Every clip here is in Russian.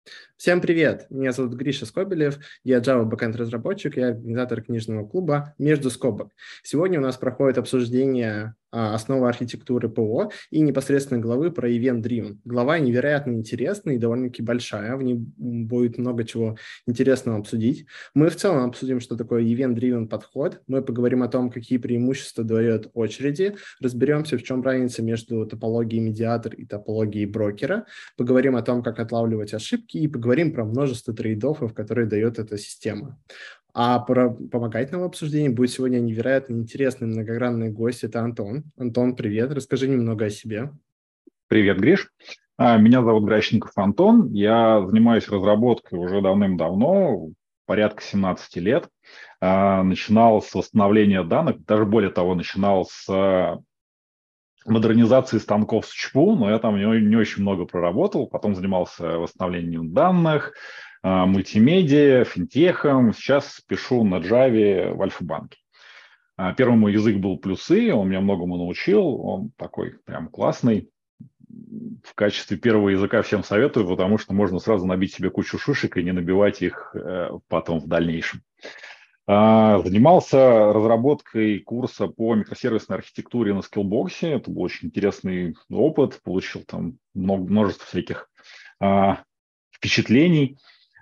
Всем привет! Меня зовут Гриша Скобелев, я Java бэкэнд-разработчик и организатор книжного клуба «Между скобок». Сегодня у нас проходит обсуждение основы архитектуры ПО и непосредственно главы про Event Driven. Глава невероятно интересная и довольно-таки большая, в ней будет много чего интересного обсудить. Мы в целом обсудим, что такое Event Driven подход, мы поговорим о том, какие преимущества дает очереди, разберемся, в чем разница между топологией медиатор и топологией брокера, поговорим о том, как отлавливать ошибки и поговорим про множество трейд-оффов, которые дает эта система. А помогать нам в обсуждении будет сегодня невероятно интересный многогранный гость. Это Антон. Антон, привет. Расскажи немного о себе. Привет, Гриш. Меня зовут Гращенков Антон. Я занимаюсь разработкой уже давным-давно, порядка 17 лет. Начинал с восстановления данных, даже более того, начинал с модернизации станков с ЧПУ, но я там не очень много проработал. Потом занимался восстановлением данных, мультимедиа, финтехом. Сейчас пишу на Java в Альфа-банке. Первый мой язык был плюсы, он меня многому научил, он такой прям классный. В качестве первого языка всем советую, потому что можно сразу набить себе кучу шишек и не набивать их потом в дальнейшем. Занимался разработкой курса по микросервисной архитектуре на Skillbox. Это был очень интересный опыт, получил там множество всяких впечатлений.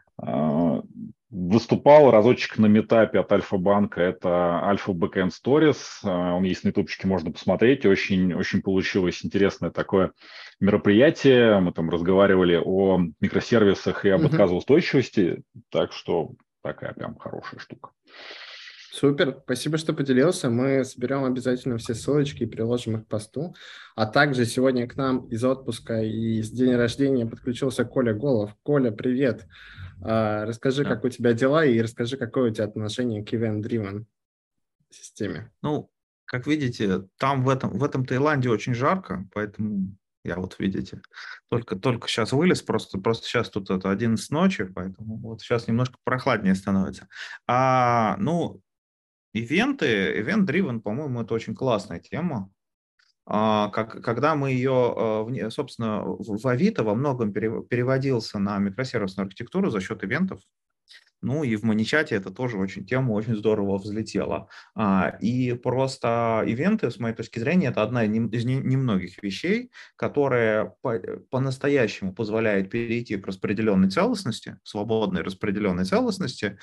Выступал разочек на метапе от Альфа-банка, это Альфа Backend Stories, он есть на ютубчике, можно посмотреть, очень получилось интересное такое мероприятие, мы там разговаривали о микросервисах и об отказоустойчивости, так что такая прям хорошая штука. Супер, спасибо, что поделился. Мы соберем обязательно все ссылочки и приложим их к посту. А также сегодня к нам из отпуска и с день рождения подключился Коля Голов. Коля, привет. Расскажи, Да. как у тебя дела, и расскажи, какое у тебя отношение к Event Driven системе. Ну, как видите, там в этом Таиланде очень жарко, поэтому я вот, видите, только сейчас вылез, просто сейчас тут это 11 ночи, поэтому вот сейчас немножко прохладнее становится. Ну, Event-driven, по-моему, это очень классная тема. Когда мы ее, собственно, в Авито во многом переводился на микросервисную архитектуру за счет ивентов. Ну и в Маничате это тоже тема очень здорово взлетела. И просто ивенты, с моей точки зрения, это одна из немногих вещей, которая по-настоящему позволяет перейти к распределенной целостности, свободной распределенной целостности,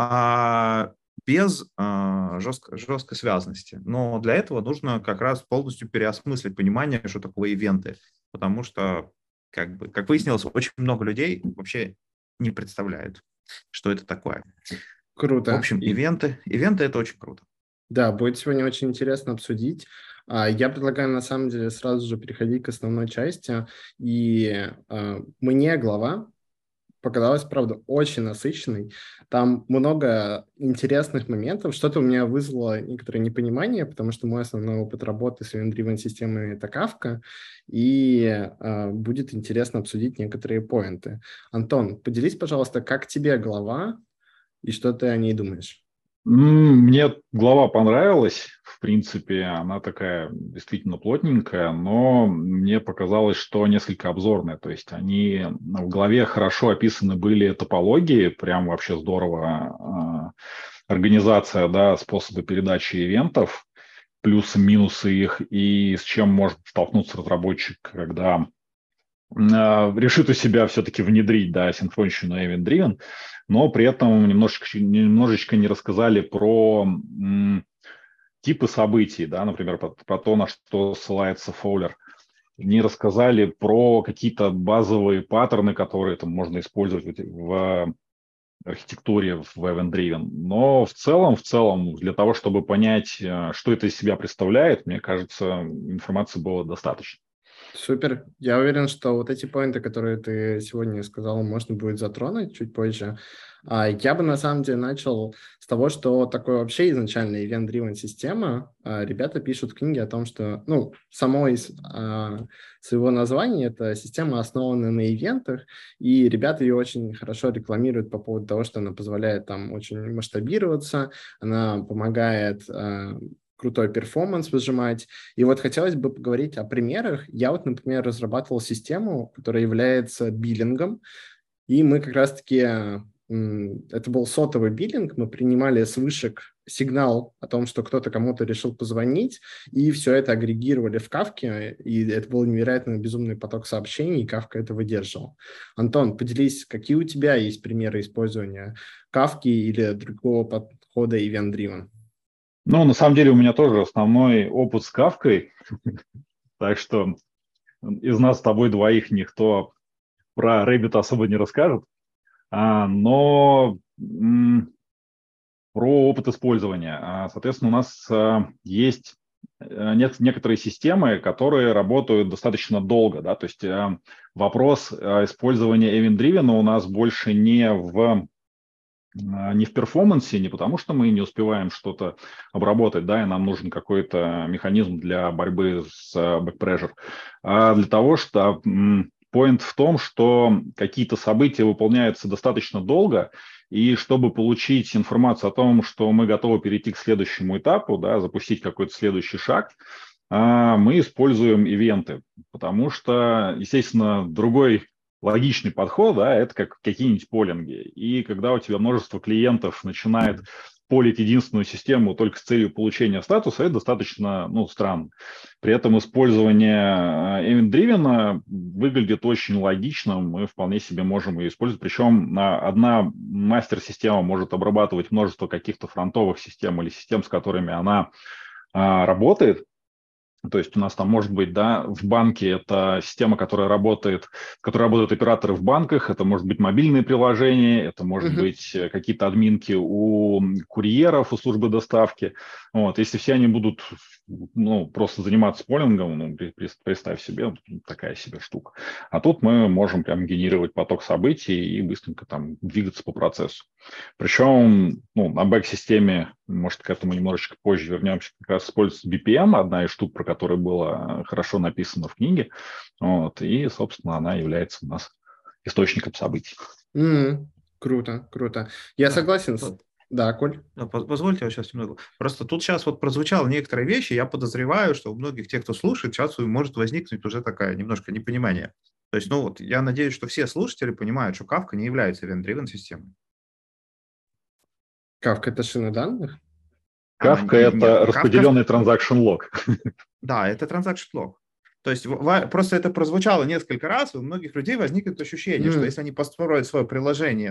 без жесткой связанности. Но для этого нужно как раз полностью переосмыслить понимание, что такое ивенты. Потому что, как выяснилось, очень много людей вообще не представляют, что это такое. В Круто. общем, ивенты это очень круто. Да, будет сегодня очень интересно обсудить. Я предлагаю, на самом деле, сразу же переходить к основной части. И мне глава показалась, правда, очень насыщенной. Там много интересных моментов. Что-то у меня вызвало некоторое непонимание, потому что мой основной опыт работы с event-driven системой — это Kafka, и будет интересно обсудить некоторые поинты. Антон, поделись, пожалуйста, как тебе глава и что ты о ней думаешь? Мне глава понравилась, в принципе, она такая действительно плотненькая, но мне показалось, что несколько обзорная, то есть они в главе хорошо описаны были топологии, прям вообще здорово, организация, да, способы передачи ивентов, плюсы, минусы их, и с чем может столкнуться разработчик, когда решит у себя все-таки внедрить, да, синхронщину Event Driven, но при этом немножечко не рассказали про типы событий, да, например, про то, на что ссылается Фоулер. Не рассказали про какие-то базовые паттерны, которые там можно использовать в архитектуре в Event Driven. Но в целом, для того, чтобы понять, что это из себя представляет, мне кажется, информации было достаточно. Супер. Я уверен, что вот эти поинты, которые ты сегодня сказал, можно будет затронуть чуть позже. Я бы на самом деле начал с того, что такое вообще изначально event-driven система. Ребята пишут в книге о том, что, ну, само из своего названия это система, основанная на ивентах, и ребята ее очень хорошо рекламируют по поводу того, что она позволяет там очень масштабироваться, она помогает крутой перформанс выжимать. И вот хотелось бы поговорить о примерах. Я вот, например, разрабатывал систему, которая является биллингом. И мы как раз-таки, это был сотовый биллинг, мы принимали с вышек сигнал о том, что кто-то кому-то решил позвонить, и все это агрегировали в Кафке, и это был невероятно безумный поток сообщений, и Кафка это выдерживал. Антон, поделись, какие у тебя есть примеры использования Кафки или другого подхода Event-Driven? Ну, на самом деле у меня тоже основной опыт с Кафкой, так что из нас с тобой двоих никто про Rabbit особо не расскажет, но про опыт использования. Соответственно, у нас есть некоторые системы, которые работают достаточно долго, да, то есть вопрос использования Event-Driven у нас больше не в перформансе, не потому что мы не успеваем что-то обработать, да, и нам нужен какой-то механизм для борьбы с backpressure, а для того, что point в том, что какие-то события выполняются достаточно долго, и чтобы получить информацию о том, что мы готовы перейти к следующему этапу, да, запустить какой-то следующий шаг, мы используем ивенты, потому что, естественно, другой логичный подход, да, это как какие-нибудь полинги. И когда у тебя множество клиентов начинает полить единственную систему только с целью получения статуса, это достаточно, странно. При этом использование event-driven выглядит очень логичным, мы вполне себе можем ее использовать. Причем одна мастер-система может обрабатывать множество каких-то фронтовых систем или систем, с которыми она работает. То есть у нас там может быть, да, в банке это система, в которой работают операторы в банках, это может быть мобильные приложения, это может быть какие-то админки у курьеров, у службы доставки. Вот. Если все они будут просто заниматься полингом, представь себе, такая себе штука. А тут мы можем прям генерировать поток событий и быстренько там двигаться по процессу. Причем на бэк-системе, может, к этому немножечко позже вернемся, как раз используется BPM, одна из штук, про которую было хорошо написано в книге. Вот, и, собственно, она является у нас источником событий. Круто, круто. Я согласен с... Да, Коль? Позвольте, я сейчас немного... Просто тут сейчас прозвучало некоторые вещи, я подозреваю, что у многих тех, кто слушает, сейчас может возникнуть уже такая немножко непонимание. То есть, я надеюсь, что все слушатели понимают, что Kafka не является event-driven системой. Kafka – это шина данных? Kafka – это распределенный transaction log. Да, это transaction log. То есть просто это прозвучало несколько раз, и у многих людей возникнет ощущение, что если они построят свое приложение,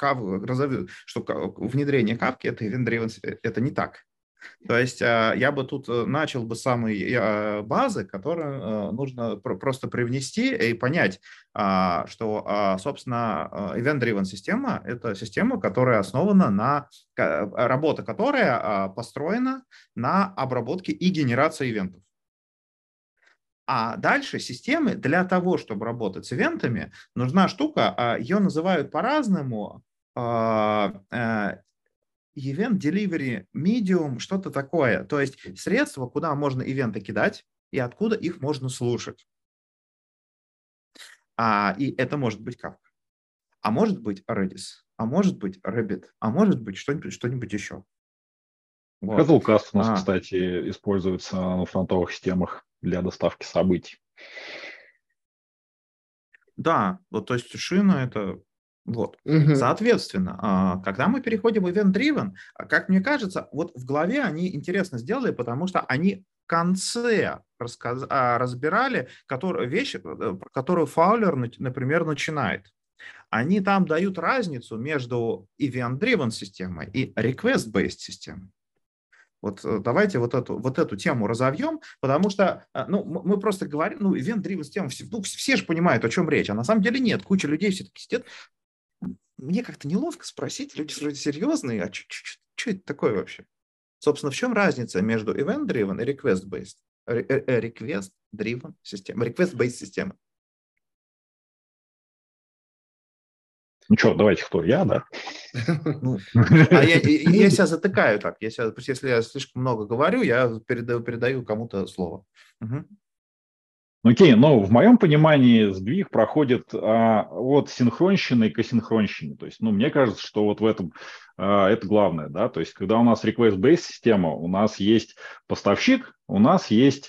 что внедрение Kafka – это event-driven, это не так. То есть я бы тут начал бы с самой базы, которую нужно просто привнести и понять, что, собственно, event-driven система – это система, которая основана на работа, которая построена на обработке и генерации ивентов. А дальше системы для того, чтобы работать с ивентами, нужна штука, ее называют по-разному, Event Delivery Medium, что-то такое. То есть средство, куда можно ивенты кидать и откуда их можно слушать. И это может быть Kafka. А может быть Redis. А может быть Rabbit. А может быть что-нибудь еще. Вот. Hazelcast у нас, кстати, используется на фронтовых системах для доставки событий. Да, то есть шина это... Соответственно, когда мы переходим в event-driven, как мне кажется, в главе они интересно сделали, потому что они в конце разбирали вещи, которую Фаулер, например, начинает. Они там дают разницу между event-driven системой и request-based системой. Давайте эту тему разовьем, потому что мы просто говорим, event-driven система, все же понимают, о чем речь, а на самом деле нет. Куча людей все-таки сидят. Мне как-то неловко спросить, люди вроде серьезные, а что это такое вообще? Собственно, в чем разница между event-driven и request-based? Request-driven система, request-based система. Ну что, давайте кто? Я, да? Я себя затыкаю так. Если я слишком много говорю, я передаю кому-то слово. Окей, но в моем понимании сдвиг проходит от синхронщины к асинхронщине. То есть, мне кажется, что в этом это главное, да. То есть, когда у нас request-based система, у нас есть поставщик, у нас есть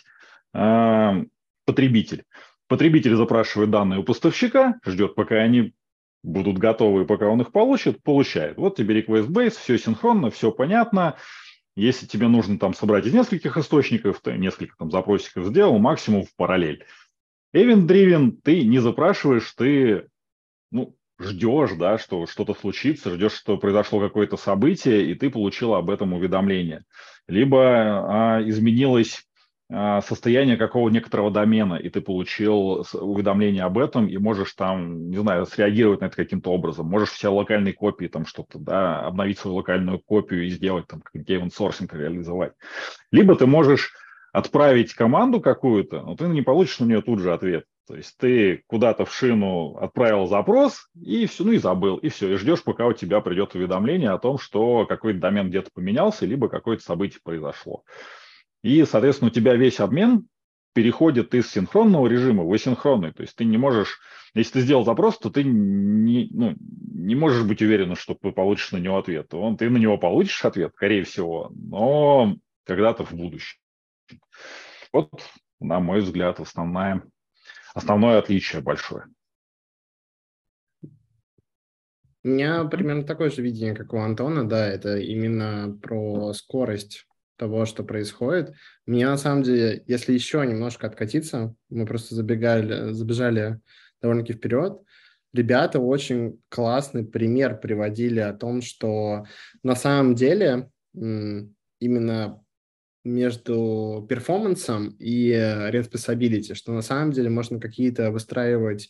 потребитель. Потребитель запрашивает данные у поставщика, ждет, пока они будут готовы, пока он их получит, получает. Вот тебе request base, все синхронно, все понятно. Если тебе нужно там собрать из нескольких источников, ты несколько там запросиков сделал, максимум в параллель. Event-driven ты не запрашиваешь, ты ждешь, да, что что-то случится, ждешь, что произошло какое-то событие, и ты получил об этом уведомление. Либо изменилось состояние какого некоторого домена, и ты получил уведомление об этом, и можешь там, не знаю, среагировать на это каким-то образом. Можешь все локальные копии там что-то, да, обновить свою локальную копию и сделать там какой-то event sourcing реализовать. Либо ты можешь отправить команду какую-то, но ты не получишь на нее тут же ответ. То есть ты куда-то в шину отправил запрос, и все, и забыл, и все, и ждешь, пока у тебя придет уведомление о том, что какой-то домен где-то поменялся, либо какое-то событие произошло. И, соответственно, у тебя весь обмен переходит из синхронного режима в асинхронный. То есть ты не можешь, если ты сделал запрос, то ты не можешь быть уверен, что ты получишь на него ответ. Ты на него получишь ответ, скорее всего, но когда-то в будущем. Вот, на мой взгляд, основное отличие большое. У меня примерно такое же видение, как у Антона, да, это именно про скорость того, что происходит. Мне на самом деле, если еще немножко откатиться, мы просто забежали довольно-таки вперед, ребята очень классный пример приводили о том, что на самом деле именно между перформансом и респонсабилити, что на самом деле можно какие-то выстраивать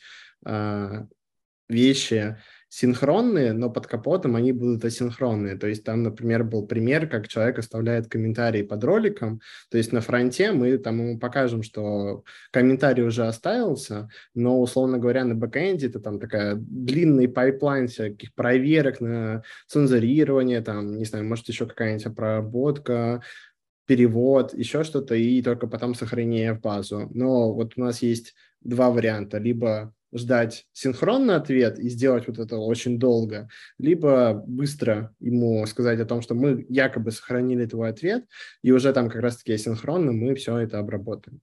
вещи синхронные, но под капотом они будут асинхронные. То есть там, например, был пример, как человек оставляет комментарии под роликом. То есть на фронте мы там ему покажем, что комментарий уже оставился, но, условно говоря, на бэкэнде это там такая длинный пайплайн всяких проверок на цензурирование, там, не знаю, может, еще какая-нибудь обработка, перевод, еще что-то, и только потом сохранение в базу. Но вот у нас есть два варианта. Либо ждать синхронный ответ и сделать вот это очень долго, либо быстро ему сказать о том, что мы якобы сохранили твой ответ, и уже там как раз-таки асинхронно мы все это обработаем.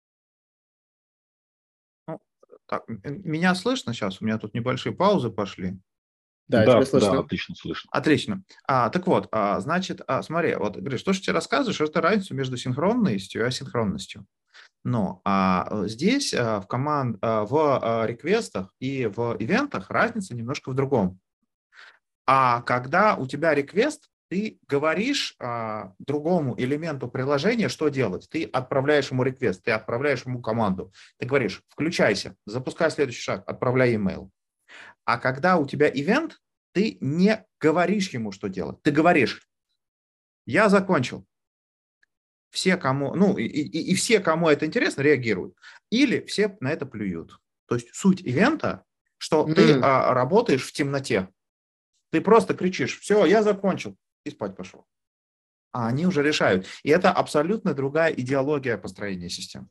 Так, меня слышно сейчас? У меня тут небольшие паузы пошли. Да, тебя слышно. Да, отлично слышно. Отлично. Так вот, значит, смотри, вот, Гриш, то, что ты рассказываешь, это разница между синхронностью и асинхронностью. Но здесь в реквестах и в ивентах разница немножко в другом. Когда у тебя реквест, ты говоришь другому элементу приложения, что делать. Ты отправляешь ему реквест, ты отправляешь ему команду. Ты говоришь, включайся, запускай следующий шаг, отправляй email. А когда у тебя ивент, ты не говоришь ему, что делать. Ты говоришь, я закончил. Все, кому, и все, кому это интересно, реагируют. Или все на это плюют. То есть суть ивента, что ты работаешь в темноте. Ты просто кричишь, все, я закончил, и спать пошел. А они уже решают. И это абсолютно другая идеология построения систем.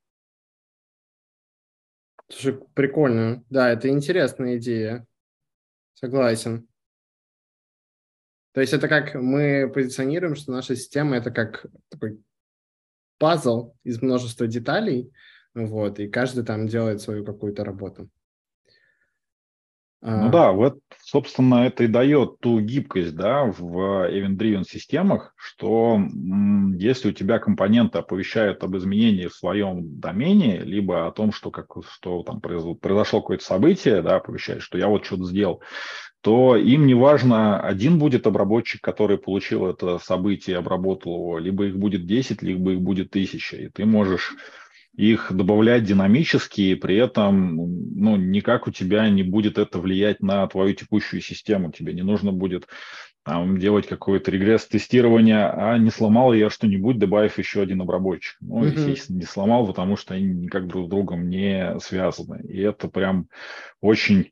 Слушай, прикольно. Да, это интересная идея. Согласен. То есть это как мы позиционируем, что наша система – это как такой пазл из множества деталей, вот, и каждый там делает свою какую-то работу. Да, вот, собственно, это и дает ту гибкость, да, в event-driven системах, что если у тебя компоненты оповещают об изменении в своем домене, либо о том, что там произошло какое-то событие, да, оповещает, что я вот что-то сделал, то им не важно, один будет обработчик, который получил это событие, обработал его, либо их будет 10, либо их будет 1000, и ты можешь их добавлять динамически, и при этом никак у тебя не будет это влиять на твою текущую систему. Тебе не нужно будет там делать какое-то регресс-тестирование, а не сломал я что-нибудь, добавив еще один обработчик. Естественно, не сломал, потому что они никак друг с другом не связаны. И это прям очень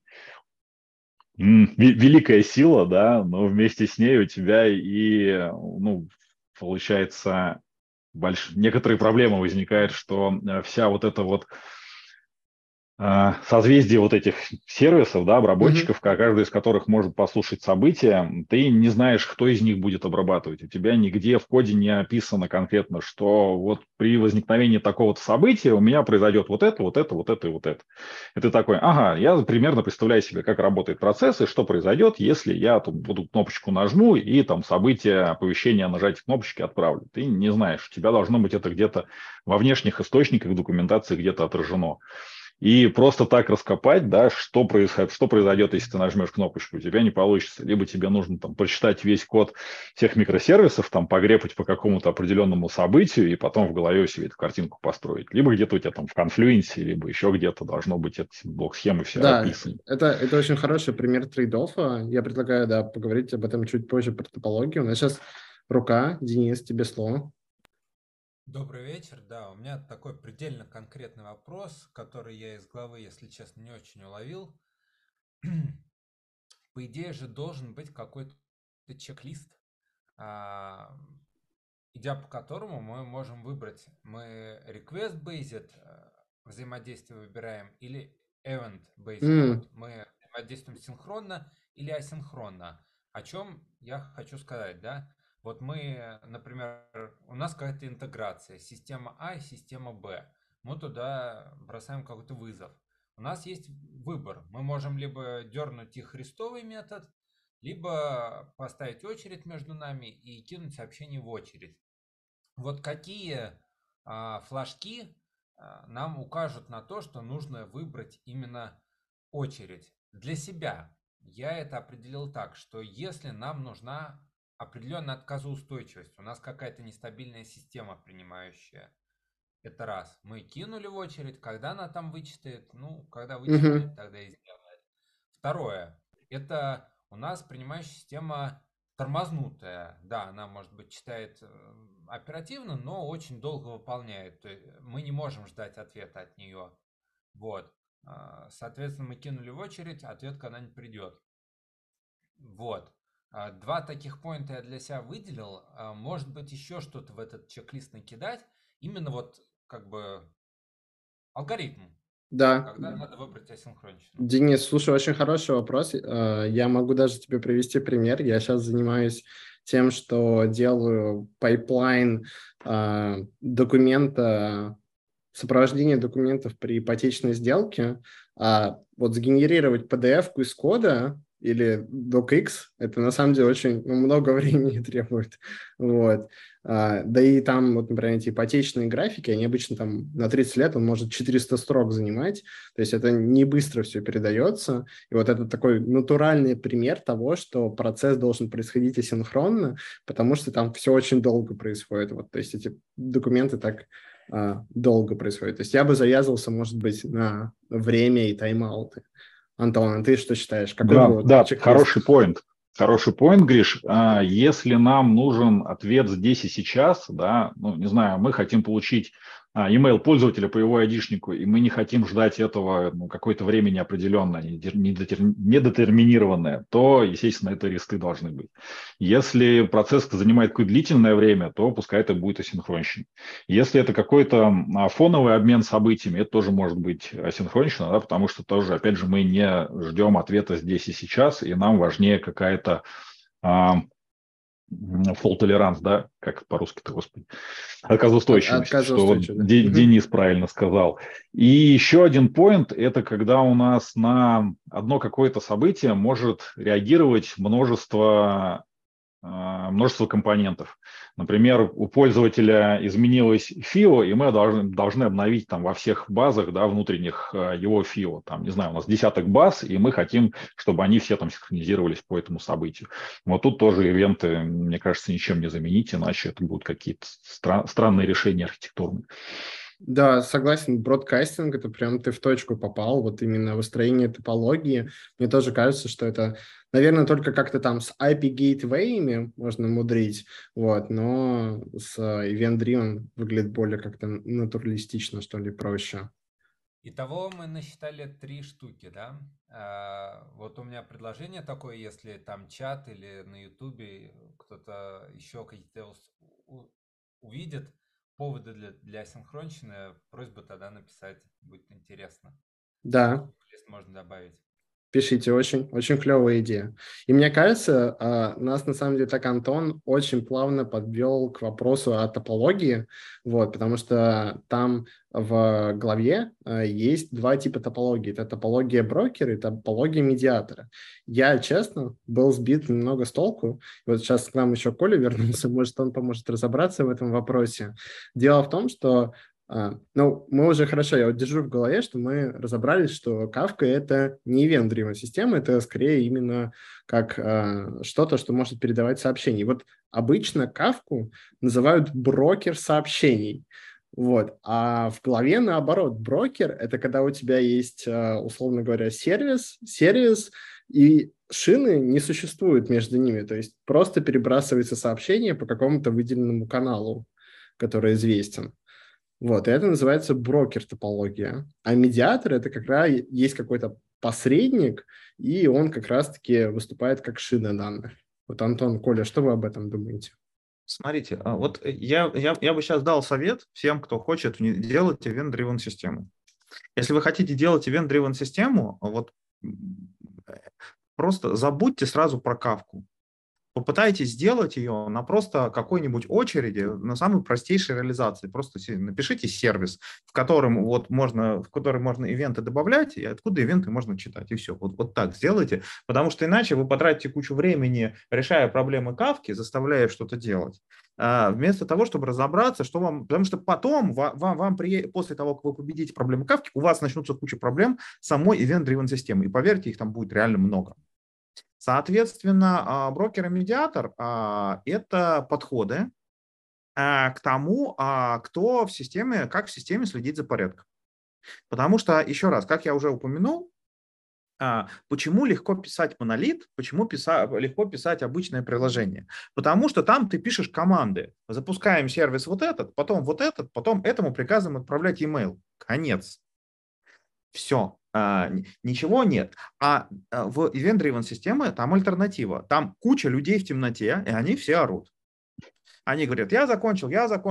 великая сила, да, но вместе с ней у тебя и, получается, некоторые проблемы возникают, что вся вот эта вот созвездие вот этих сервисов, да, Мгм. обработчиков, каждый из которых может послушать события, ты не знаешь, кто из них будет обрабатывать. У тебя нигде в коде не описано конкретно, что вот при возникновении такого-то события у меня произойдет вот это, вот это, вот это и вот это. И ты такой, ага, я примерно представляю себе, как работает процесс и что произойдет, если я тут эту кнопочку нажму и там событие, оповещение о нажатии кнопочки отправлю. Ты не знаешь, у тебя должно быть это где-то во внешних источниках документации где-то отражено. И просто так раскопать, да, что происходит, что произойдет, если ты нажмешь кнопочку, у тебя не получится. Либо тебе нужно там прочитать весь код всех микросервисов, там погрепать по какому-то определенному событию и потом в голове себе эту картинку построить. Либо где-то у тебя там в конфлюенсе, либо еще где-то должно быть эти блок-схемы все Да, описаны. это очень хороший пример трейд-оффа. Я предлагаю, да, поговорить об этом чуть позже про топологию. У нас сейчас рука. Денис, тебе слово. Добрый вечер. Да, у меня такой предельно конкретный вопрос, который я из главы, если честно, не очень уловил. По идее же должен быть какой-то чек-лист, а, идя по которому мы можем выбрать, мы request-based взаимодействие выбираем или event-based М, mode. Мы взаимодействуем синхронно или асинхронно. О чем я хочу сказать, да? Вот мы, например, у нас какая-то интеграция, система А и система Б. Мы туда бросаем какой-то вызов. У нас есть выбор. Мы можем либо дернуть их рестовый метод, либо поставить очередь между нами и кинуть сообщение в очередь. Вот какие флажки нам укажут на то, что нужно выбрать именно очередь. Для себя я это определил так, что если нам нужна определенная отказоустойчивость, у нас какая-то нестабильная система принимающая, это раз. Мы кинули в очередь, когда она там вычитает, ну, когда мгм. вычитает, тогда и сделает. Второе. Это у нас принимающая система тормознутая. Да, она, может быть, читает оперативно, но очень долго выполняет. То есть мы не можем ждать ответа от нее. Вот. Соответственно, мы кинули в очередь, ответ когда не придет. Вот. Два таких поинта я для себя выделил. Может быть, еще что-то в этот чек-лист накидать. Именно вот как бы алгоритм, Да, когда надо выбрать асинхронщину. Денис, слушай, очень хороший вопрос. Я могу даже тебе привести пример. Я сейчас занимаюсь тем, что делаю пайплайн документа, сопровождение документов при ипотечной сделке. Вот сгенерировать PDF-ку из кода или docx, это на самом деле очень много времени требует. Вот. Да и там, вот, например, эти ипотечные графики, они обычно там на 30 лет он может 400 строк занимать, то есть это не быстро все передается. И вот это такой натуральный пример того, что процесс должен происходить асинхронно, потому что там все очень долго происходит. Вот, то есть эти документы так долго происходят. То есть я бы завязывался, может быть, на время и тайм-ауты. Антон, а ты что считаешь? Какой Да, бы вот да, чек-лист? хороший поинт. Хороший поинт, Гриш. Если нам нужен ответ здесь и сейчас, да, ну, не знаю, мы хотим получить email пользователя по его айдишнику, и мы не хотим ждать этого какое-то время неопределенное, недетерминированное, то, естественно, это ресты должны быть. Если процесс занимает какое-то длительное время, то пускай это будет асинхронщина. Если это какой-то фоновый обмен событиями, это тоже может быть асинхронично, да, потому что тоже, опять же, мы не ждем ответа здесь и сейчас, и нам важнее какая-то а, fault tolerance, да, как по-русски-то, господи, отказоустойчивость, что вот Отказоустойчивый, да. Мгм. Денис правильно сказал. И еще один поинт – это когда у нас на одно какое-то событие может реагировать множество компонентов. Например, у пользователя изменилось ФИО, и мы должны обновить там во всех базах, да, внутренних его ФИО. Там, не знаю, у нас десяток баз, и мы хотим, чтобы они все там синхронизировались по этому событию. Вот тут тоже ивенты, мне кажется, ничем не заменить, иначе это будут какие-то странные решения архитектурные. Да, согласен, бродкастинг, это прям ты в точку попал, вот именно выстроение топологии. Мне тоже кажется, что это, наверное, только как-то там с IP-гейтвеями можно мудрить, вот, но с event-driven выглядит более как-то натуралистично, что ли, проще. Итого мы насчитали 3 штуки, да? Вот у меня предложение такое, если там чат или на Ютубе кто-то еще какие-то увидит поводы для синхронщины, просьба тогда написать, будет интересно. Да. Лист можно добавить. Пишите, очень, очень клевая идея. И мне кажется, нас на самом деле так Антон очень плавно подвел к вопросу о топологии, вот, потому что там в главе есть два типа топологии. Это топология брокера и топология медиатора. Я, честно, был сбит немного с толку. Вот сейчас к нам еще Коля вернулся, может, он поможет разобраться в этом вопросе. Дело в том, что ну, мы уже хорошо, я вот держу в голове, что мы разобрались, что Kafka — это не event-driven система, это скорее именно как что-то, что может передавать сообщения. И вот обычно Kafka называют брокер сообщений. Вот. А в голове наоборот, брокер — это когда у тебя есть, условно говоря, сервис, и шины не существует между ними, то есть просто перебрасывается сообщение по какому-то выделенному каналу, который известен. Вот, и это называется брокер-топология. А медиатор — это как раз есть какой-то посредник, и он как раз-таки выступает как шина данных. Вот, Антон, Коля, что вы об этом думаете? Смотрите, вот я бы сейчас дал совет всем, кто хочет делать event-driven систему. Если вы хотите делать event-driven систему, вот просто забудьте сразу про Kafka. Попытайтесь сделать ее на просто какой-нибудь очереди, на самой простейшей реализации. Просто напишите сервис, в который можно ивенты добавлять, и откуда ивенты можно читать. И все. Вот так сделайте, потому что иначе вы потратите кучу времени, решая проблемы Kafka, заставляя что-то делать, вместо того, чтобы разобраться, что вам... Потому что потом, после того, как вы победите проблемы Kafka, у вас начнутся куча проблем с самой event-driven системы. И поверьте, их там будет реально много. Соответственно, брокер и медиатор – это подходы к тому, кто в системе, как в системе следить за порядком. Потому что, еще раз, как я уже упомянул, почему легко писать монолит, почему легко писать обычное приложение? Потому что там ты пишешь команды. Запускаем сервис вот этот, потом этому приказом отправлять email. Конец. Все. Ничего нет. А в event-driven системе там альтернатива. Там куча людей в темноте, и они все орут. Они говорят, я закончил,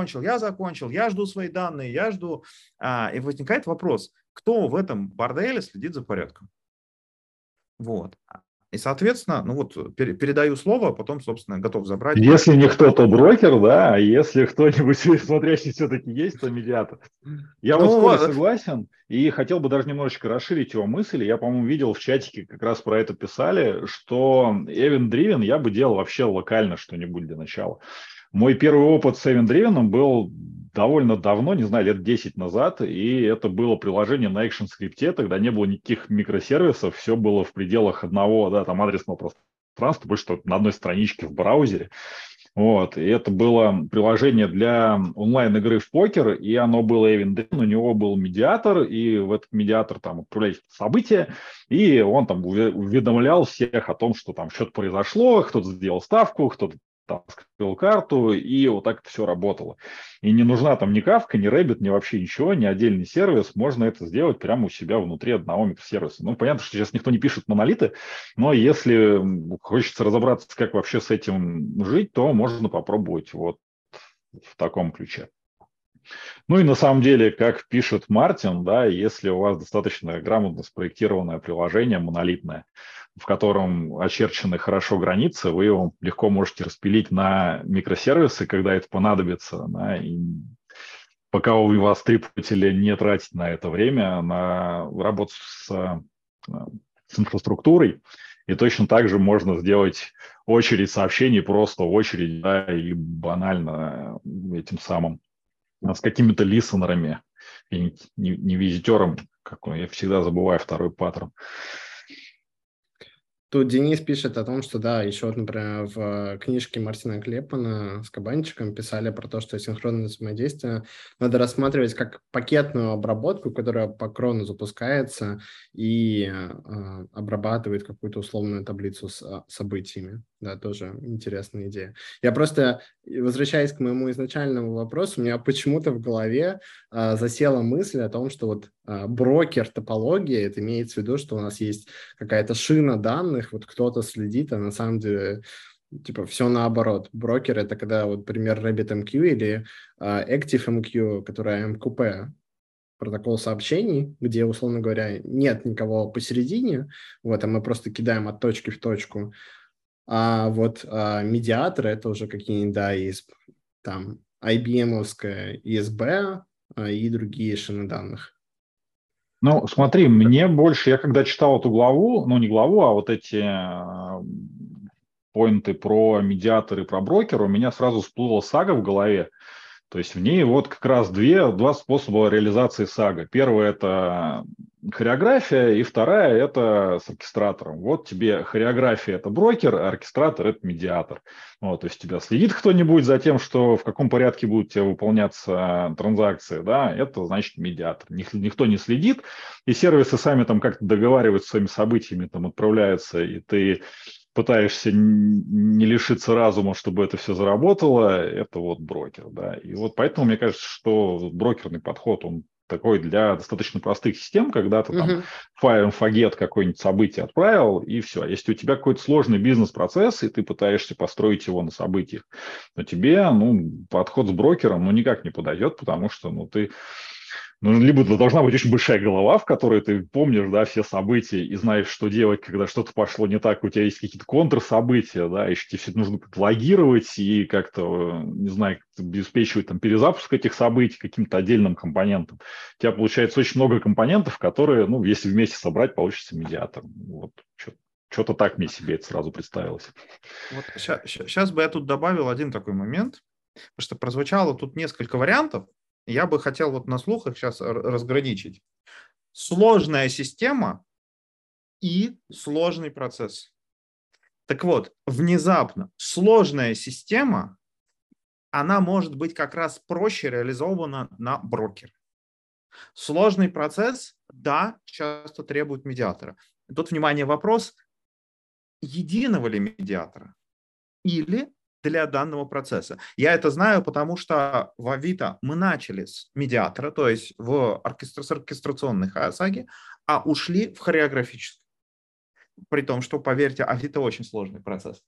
я жду свои данные, я жду. И возникает вопрос, кто в этом борделе следит за порядком? Вот. И, соответственно, передаю слово, потом, собственно, готов забрать. Если никто, то брокер, да, а если кто-нибудь смотрящий все-таки есть, то медиатор. Я вот с Колей согласен, и хотел бы даже немножечко расширить его мысли. Я, по-моему, видел в чатике, как раз про это писали, что event-driven я бы делал вообще локально что-нибудь для начала. Мой первый опыт с event-driven был довольно давно, не знаю, лет 10 назад, и это было приложение на ActionScript, тогда не было никаких микросервисов, все было в пределах одного, да, там адресного пространства, больше на одной страничке в браузере. Вот, и это было приложение для онлайн-игры в покер, и оно было event-driven, у него был медиатор, и в этот медиатор там отправлялись события, и он там уведомлял всех о том, что там что-то произошло, кто-то сделал ставку, кто-то там скрыл карту, и вот так это все работало. И не нужна там ни Kafka, ни Rabbit, ни вообще ничего, ни отдельный сервис. Можно это сделать прямо у себя внутри одного микросервиса. Ну, понятно, что сейчас никто не пишет монолиты, но если хочется разобраться, как вообще с этим жить, то можно попробовать вот в таком ключе. Ну и на самом деле, как пишет Мартин, да, если у вас достаточно грамотно спроектированное приложение, монолитное, в котором очерчены хорошо границы, вы его легко можете распилить на микросервисы, когда это понадобится, да, и пока у вас требователи не тратить на это время, на работу с инфраструктурой, и точно так же можно сделать очередь сообщений, просто очередь, да, и банально этим самым с какими-то листенерами и не визитером, какой я всегда забываю второй паттерн. Тут Денис пишет о том, что да, еще вот, например, в книжке Мартина Клепмана с Кабанчиком писали про то, что синхронное взаимодействие надо рассматривать как пакетную обработку, которая по крону запускается и обрабатывает какую-то условную таблицу с событиями. Да, тоже интересная идея. Я просто, возвращаясь к моему изначальному вопросу, у меня почему-то в голове засела мысль о том, что вот брокер топология, это имеется в виду, что у нас есть какая-то шина данных, вот кто-то следит, а на самом деле типа все наоборот. Брокер — это когда вот пример RabbitMQ или ActiveMQ, которая MQP. протокол сообщений, где, условно говоря, нет никого посередине, вот, а мы просто кидаем от точки в точку. А вот медиаторы — это уже какие-нибудь, да, там IBM-овская ESB и другие шины данных. Ну, смотри, мне больше, я когда читал эту главу, ну, не главу, а вот эти поинты про медиаторы, про брокера, у меня сразу всплыла сага в голове. То есть в ней вот как раз два способа реализации сага. Первое – это хореография, и вторая – это с оркестратором. Вот тебе хореография – это брокер, а оркестратор – это медиатор. Вот, то есть тебя следит кто-нибудь за тем, что в каком порядке будут у тебя выполняться транзакции, да, это значит медиатор. Никто не следит, и сервисы сами там как-то договариваются с своими событиями, там отправляются, и ты пытаешься не лишиться разума, чтобы это все заработало, это вот брокер, да. И вот поэтому мне кажется, что брокерный подход, он такой для достаточно простых систем, когда ты там fire and forget какое-нибудь событие отправил, и все. Если у тебя какой-то сложный бизнес-процесс, и ты пытаешься построить его на событиях, то тебе, подход с брокером, никак не подойдет, потому что, ты... либо должна быть очень большая голова, в которой ты помнишь, да, все события и знаешь, что делать, когда что-то пошло не так, у тебя есть какие-то контрсобытия, да, еще тебе все это нужно логировать и как-то, не знаю, обеспечивать там перезапуск этих событий каким-то отдельным компонентом. У тебя получается очень много компонентов, которые, если вместе собрать, получится медиатор. Вот что-то так мне себе это сразу представилось. Вот сейчас бы я тут добавил один такой момент, потому что прозвучало тут несколько вариантов. Я бы хотел вот на слух их сейчас разграничить. Сложная система и сложный процесс. Так вот, внезапно сложная система, она может быть как раз проще реализована на брокере. Сложный процесс, да, часто требует медиатора. Тут, внимание, вопрос, единого ли медиатора или для данного процесса. Я это знаю, потому что в Авито мы начали с медиатора, то есть с оркестрационной саги, а ушли в хореографическую. При том, что, поверьте, Авито очень сложный процесс.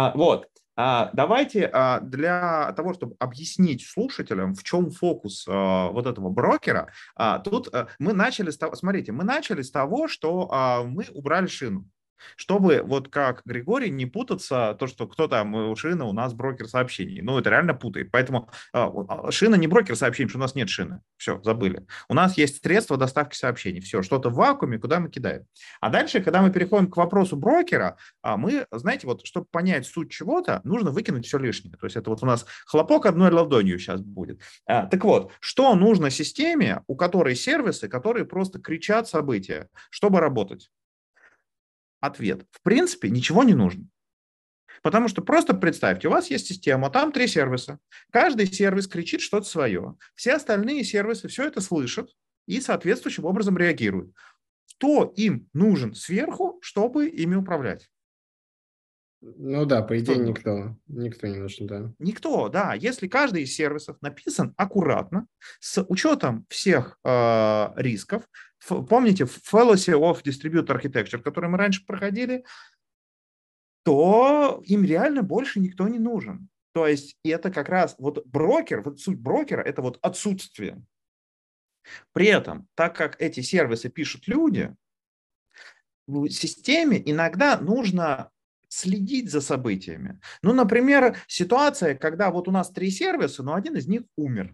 Давайте для того, чтобы объяснить слушателям, в чем фокус вот этого брокера, тут мы начали с того, что мы убрали шину. Чтобы, вот как Григорий, не путаться, то, что кто там, шина у нас брокер сообщений. Это реально путает. Поэтому шина не брокер сообщений, потому что у нас нет шины. Все, забыли. У нас есть средства доставки сообщений. Все, что-то в вакууме, куда мы кидаем. А дальше, когда мы переходим к вопросу брокера, мы, знаете, вот, чтобы понять суть чего-то, нужно выкинуть все лишнее. То есть это вот у нас хлопок одной ладонью сейчас будет. Так вот, что нужно системе, у которой сервисы, которые просто кричат события, чтобы работать? Ответ. В принципе, ничего не нужно. Потому что просто представьте, у вас есть система, там 3 сервиса. Каждый сервис кричит что-то свое. Все остальные сервисы все это слышат и соответствующим образом реагируют. Кто им нужен сверху, чтобы ими управлять? По идее, никто не нужен, да. Никто, да. Если каждый из сервисов написан аккуратно, с учетом всех рисков, помните, Fallacy of Distributed Architecture, который мы раньше проходили, то им реально больше никто не нужен. То есть это как раз вот брокер, вот суть брокера – это вот отсутствие. При этом, так как эти сервисы пишут люди, в системе иногда нужно следить за событиями. Например, ситуация, когда вот у нас 3 сервиса, но один из них умер.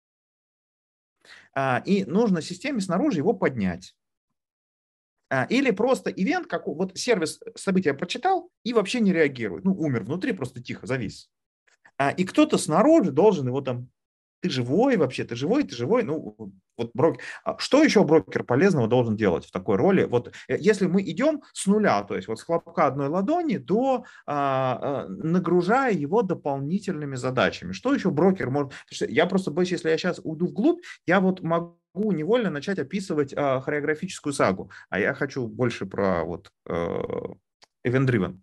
И нужно системе снаружи его поднять. Или просто ивент, как вот сервис события прочитал и вообще не реагирует. Умер внутри, просто тихо завис. И кто-то снаружи должен его там: ты живой вообще, ты живой. Вот брокер. Что еще брокер полезного должен делать в такой роли? Вот если мы идем с нуля, то есть вот с хлопка одной ладони до нагружая его дополнительными задачами. Что еще брокер может? Я просто боюсь, если я сейчас уйду вглубь, я вот могу невольно начать описывать хореографическую сагу. А я хочу больше про вот event-driven.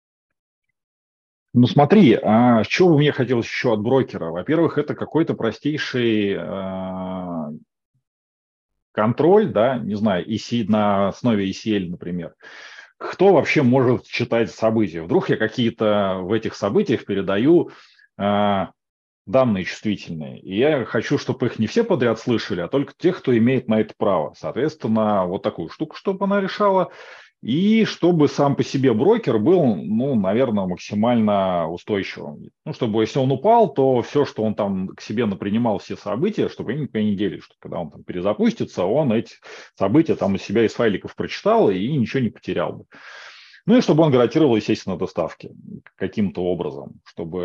Смотри, что бы мне хотелось еще от брокера? Во-первых, это какой-то простейший контроль, да, не знаю, на основе ECL, например. Кто вообще может читать события? Вдруг я какие-то в этих событиях передаю данные чувствительные. И я хочу, чтобы их не все подряд слышали, а только тех, кто имеет на это право. Соответственно, вот такую штуку, чтобы она решала. И чтобы сам по себе брокер был, ну, наверное, максимально устойчивым. Ну, чтобы если он упал, то все, что он там к себе напринимал, все события, чтобы они никуда не делись. Что когда он там перезапустится, он эти события там у себя из файликов прочитал и ничего не потерял бы. Ну и чтобы он гарантировал, естественно, доставки каким-то образом,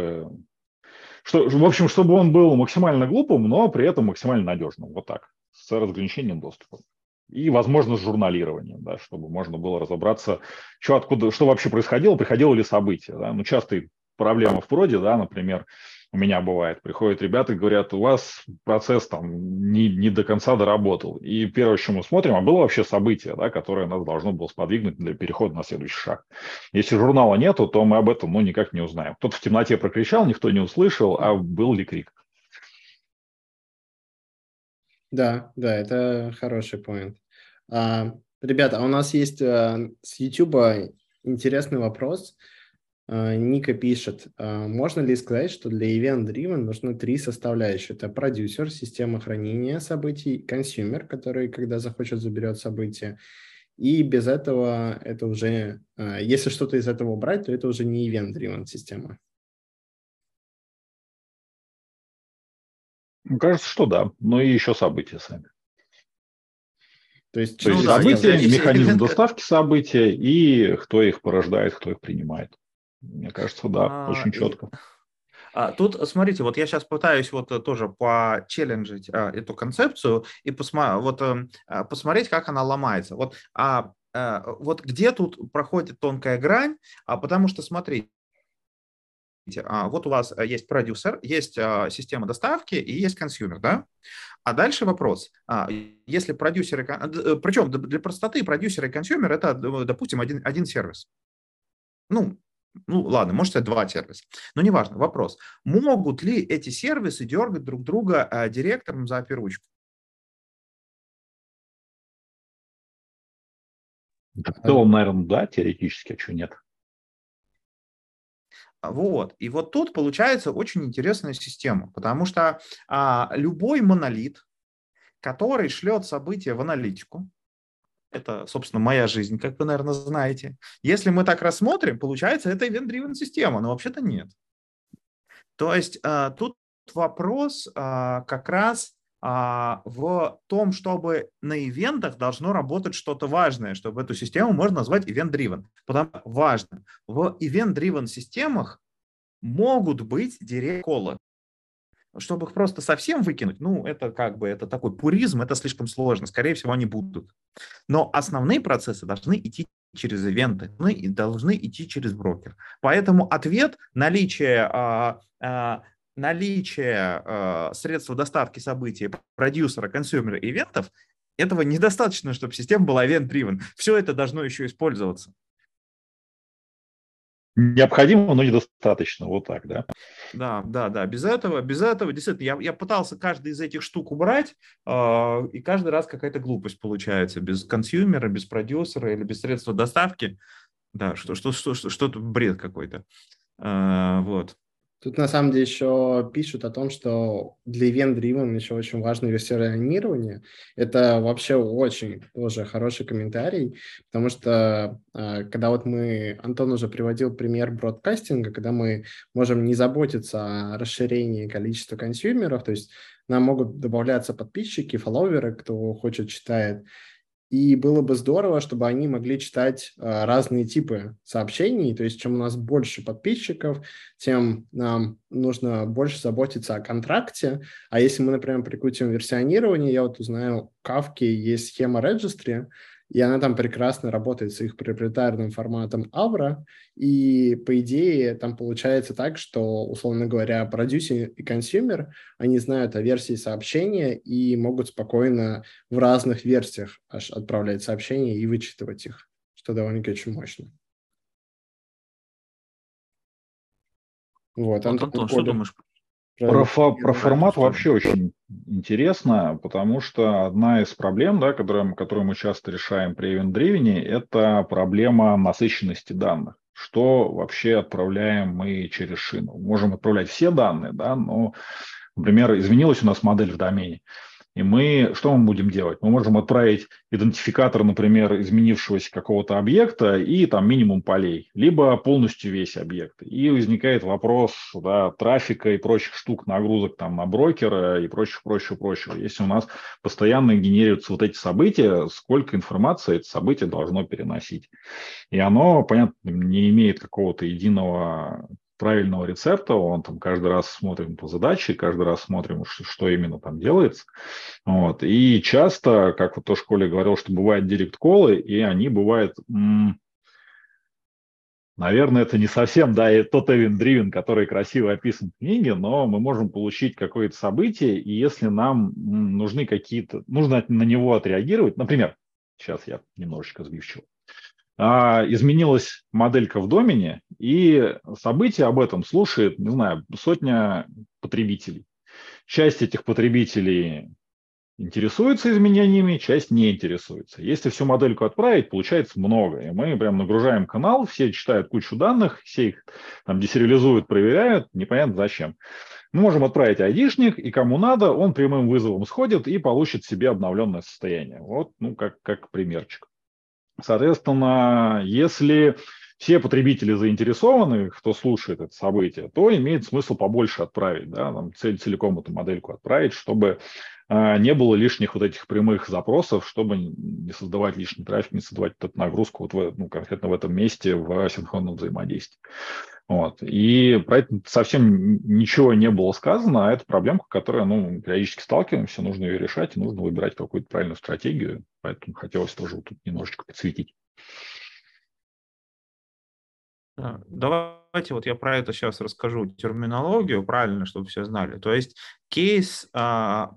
в общем, чтобы он был максимально глупым, но при этом максимально надежным. Вот так, с разграничением доступа. И, возможно, с журналированием, да, чтобы можно было разобраться, что вообще происходило, приходило ли событие. Да. Ну, частая проблема в проде, да, например, у меня бывает, приходят ребята и говорят, у вас процесс там не до конца доработал. И первое, что мы смотрим, а было вообще событие, да, которое нас должно было сподвигнуть для перехода на следующий шаг. Если журнала нету, то мы об этом никак не узнаем. Кто-то в темноте прокричал, никто не услышал, а был ли крик. Да, это хороший поинт. Ребята, у нас есть с YouTube интересный вопрос. Ника пишет, можно ли сказать, что для event-driven нужно 3 составляющие? Это продюсер, система хранения событий, консюмер, который, когда захочет, заберет событие. И без этого это уже, если что-то из этого убрать, то это уже не event-driven система. Кажется, что да. Но и еще события сами. То есть события, механизм доставки события и кто их порождает, кто их принимает. Мне кажется, да, очень четко. Тут, смотрите, вот я сейчас пытаюсь вот тоже почелленджить эту концепцию и посмотреть, как она ломается. Вот где тут проходит тонкая грань, потому что, смотрите, вот у вас есть продюсер, есть система доставки и есть консюмер, да? А дальше вопрос. Если продюсеры, причем для простоты продюсер и консюмер это, допустим, один сервис. Ну, ладно, может, это 2 сервиса. Но неважно, вопрос. Могут ли эти сервисы дергать друг друга директором за оперучку? В целом, наверное, да, теоретически, а что нет? Вот. И вот тут получается очень интересная система, потому что любой монолит, который шлет события в аналитику, это, собственно, моя жизнь, как вы, наверное, знаете. Если мы так рассмотрим, получается, это event-driven система, но вообще-то нет. То есть тут вопрос как раз в том, чтобы на ивентах должно работать что-то важное, чтобы эту систему можно назвать event-driven. Потому что важно, в event-driven системах могут быть директ-колы. Чтобы их просто совсем выкинуть, это такой пуризм, это слишком сложно. Скорее всего, они будут. Но основные процессы должны идти через ивенты, должны идти через брокер. Поэтому ответ наличие средства доставки событий, продюсера, консюмера, ивентов, этого недостаточно, чтобы система была event-driven. Все это должно еще использоваться. Необходимо, но недостаточно. Вот так, да? Да. Без этого действительно, я пытался каждый из этих штук убрать, и каждый раз какая-то глупость получается. Без консюмера, без продюсера или без средства доставки. Да, что-то бред какой-то. Вот. Тут на самом деле еще пишут о том, что для event-driven еще очень важно версионирование. Это вообще очень тоже хороший комментарий, потому что когда Антон уже приводил пример бродкастинга, когда мы можем не заботиться о расширении количества консюмеров, то есть нам могут добавляться подписчики, фолловеры, кто хочет, читает. И было бы здорово, чтобы они могли читать разные типы сообщений. То есть, чем у нас больше подписчиков, тем нам нужно больше заботиться о контракте. А если мы, например, прикрутим версионирование, я узнаю, в Kafka есть схема registry, и она там прекрасно работает с их проприетарным форматом Avro, и, по идее, там получается так, что, условно говоря, продюсер и консюмер, они знают о версии сообщения и могут спокойно в разных версиях аж отправлять сообщения и вычитывать их, что довольно-таки очень мощно. Вот, Антон, что думаешь? Про формат вообще очень интересно, потому что одна из проблем, которую мы часто решаем при event-driven, это проблема насыщенности данных. что вообще отправляем мы через шину. Можем отправлять все данные, да, но, например, изменилась у нас модель в домене. И что мы будем делать? Мы можем отправить идентификатор, например, изменившегося какого-то объекта и там минимум полей, либо полностью весь объект. И возникает вопрос, да, трафика и прочих штук, нагрузок там на брокера и прочего. Если у нас постоянно генерируются вот эти события, сколько информации это событие должно переносить. И оно, понятно, не имеет какого-то единого правильного рецепта, он там каждый раз смотрим по задаче, каждый раз смотрим, что именно там делается. Вот. И часто, как вот тоже Коля говорил, что бывают директ-колы, и они бывают, наверное, это не совсем, да, и тот event-driven, который красиво описан в книге, но мы можем получить какое-то событие, и если нам нужно на него отреагировать, например, сейчас я немножечко сбивчиво, изменилась моделька в домене, и событие об этом слушает, не знаю, сотня потребителей. Часть этих потребителей интересуется изменениями, часть не интересуется. Если всю модельку отправить, получается много. И мы прям нагружаем канал, все читают кучу данных, все их там десериализуют, проверяют, непонятно зачем. Мы можем отправить айдишник, и кому надо, он прямым вызовом сходит и получит себе обновленное состояние. Вот, как примерчик. Соответственно, если все потребители заинтересованы, кто слушает это событие, то имеет смысл побольше отправить, да, там, целиком эту модельку отправить, чтобы не было лишних вот этих прямых запросов, чтобы не создавать лишний трафик, не создавать эту нагрузку вот конкретно в этом месте в синхронном взаимодействии. Вот. И про это совсем ничего не было сказано, а это проблемка, которая, периодически сталкиваемся, нужно ее решать, и нужно выбирать какую-то правильную стратегию, поэтому хотелось тоже вот тут немножечко подсветить. Давайте вот я про это сейчас расскажу терминологию, правильно, чтобы все знали. То есть кейс с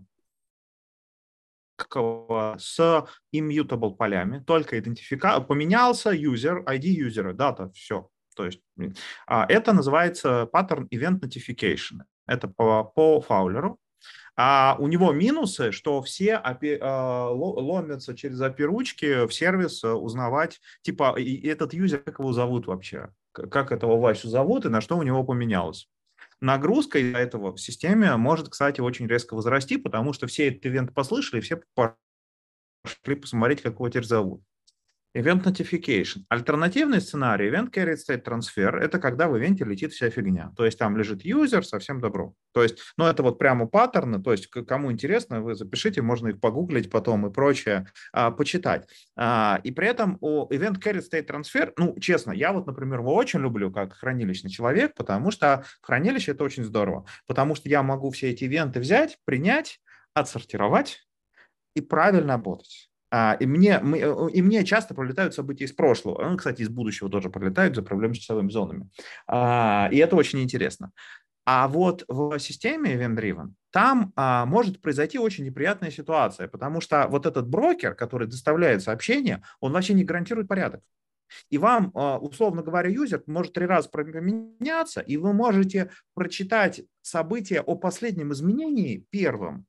immutable полями, только поменялся user, ID юзера, дата, все. То есть это называется pattern event notification. Это по Фаулеру. А у него минусы, что все ломятся через API-ручки в сервис узнавать, типа, этот юзер, как его зовут вообще, как этого Васю зовут и на что у него поменялось. Нагрузка из-за этого в системе может, кстати, очень резко возрасти, потому что все этот ивент послышали, все пошли посмотреть, как его теперь зовут. Event Notification. Альтернативный сценарий Event Carried State Transfer – это когда в ивенте летит вся фигня. То есть там лежит юзер, совсем добро. То есть, это вот прямо паттерны, то есть кому интересно, вы запишите, можно их погуглить потом и прочее, почитать. И при этом у Event Carried State Transfer, честно, я вот, например, его очень люблю как хранилищный человек, потому что хранилище – это очень здорово, потому что я могу все эти ивенты взять, принять, отсортировать и правильно работать. И мне часто пролетают события из прошлого. Кстати, из будущего тоже пролетают за проблемы с часовыми зонами. И это очень интересно. А вот в системе Event-Driven там может произойти очень неприятная ситуация, потому что вот этот брокер, который доставляет сообщение, он вообще не гарантирует порядок. И вам, условно говоря, юзер может 3 раза поменяться, и вы можете прочитать событие о последнем изменении первым.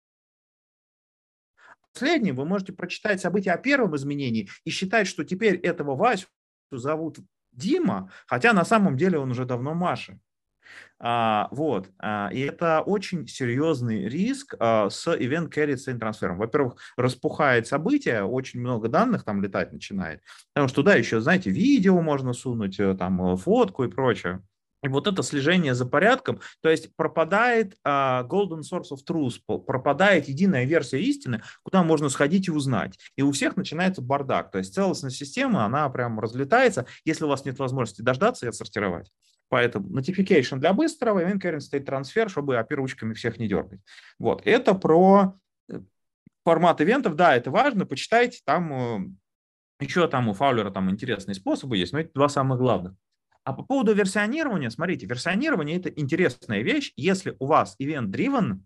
Последним вы можете прочитать события о первом изменении и считать, что теперь этого Васю зовут Дима, хотя на самом деле он уже давно Маша. И это очень серьезный риск с Event Carried State Transfer. Во-первых, распухает событие, очень много данных там летать начинает, потому что туда еще, знаете, видео можно сунуть, там фотку и прочее. И вот это слежение за порядком, то есть пропадает golden source of truth, пропадает единая версия истины, куда можно сходить и узнать. И у всех начинается бардак. То есть целостность системы, она прям разлетается, если у вас нет возможности дождаться и отсортировать. Поэтому notification для быстрого, event carried state transfer, чтобы API-ручками всех не дергать. Вот. Это про формат ивентов. Да, это важно, почитайте. Там еще там у Фаулера там интересные способы есть, но это 2 самых главных. А по поводу версионирования, смотрите, версионирование – это интересная вещь, если у вас event-driven,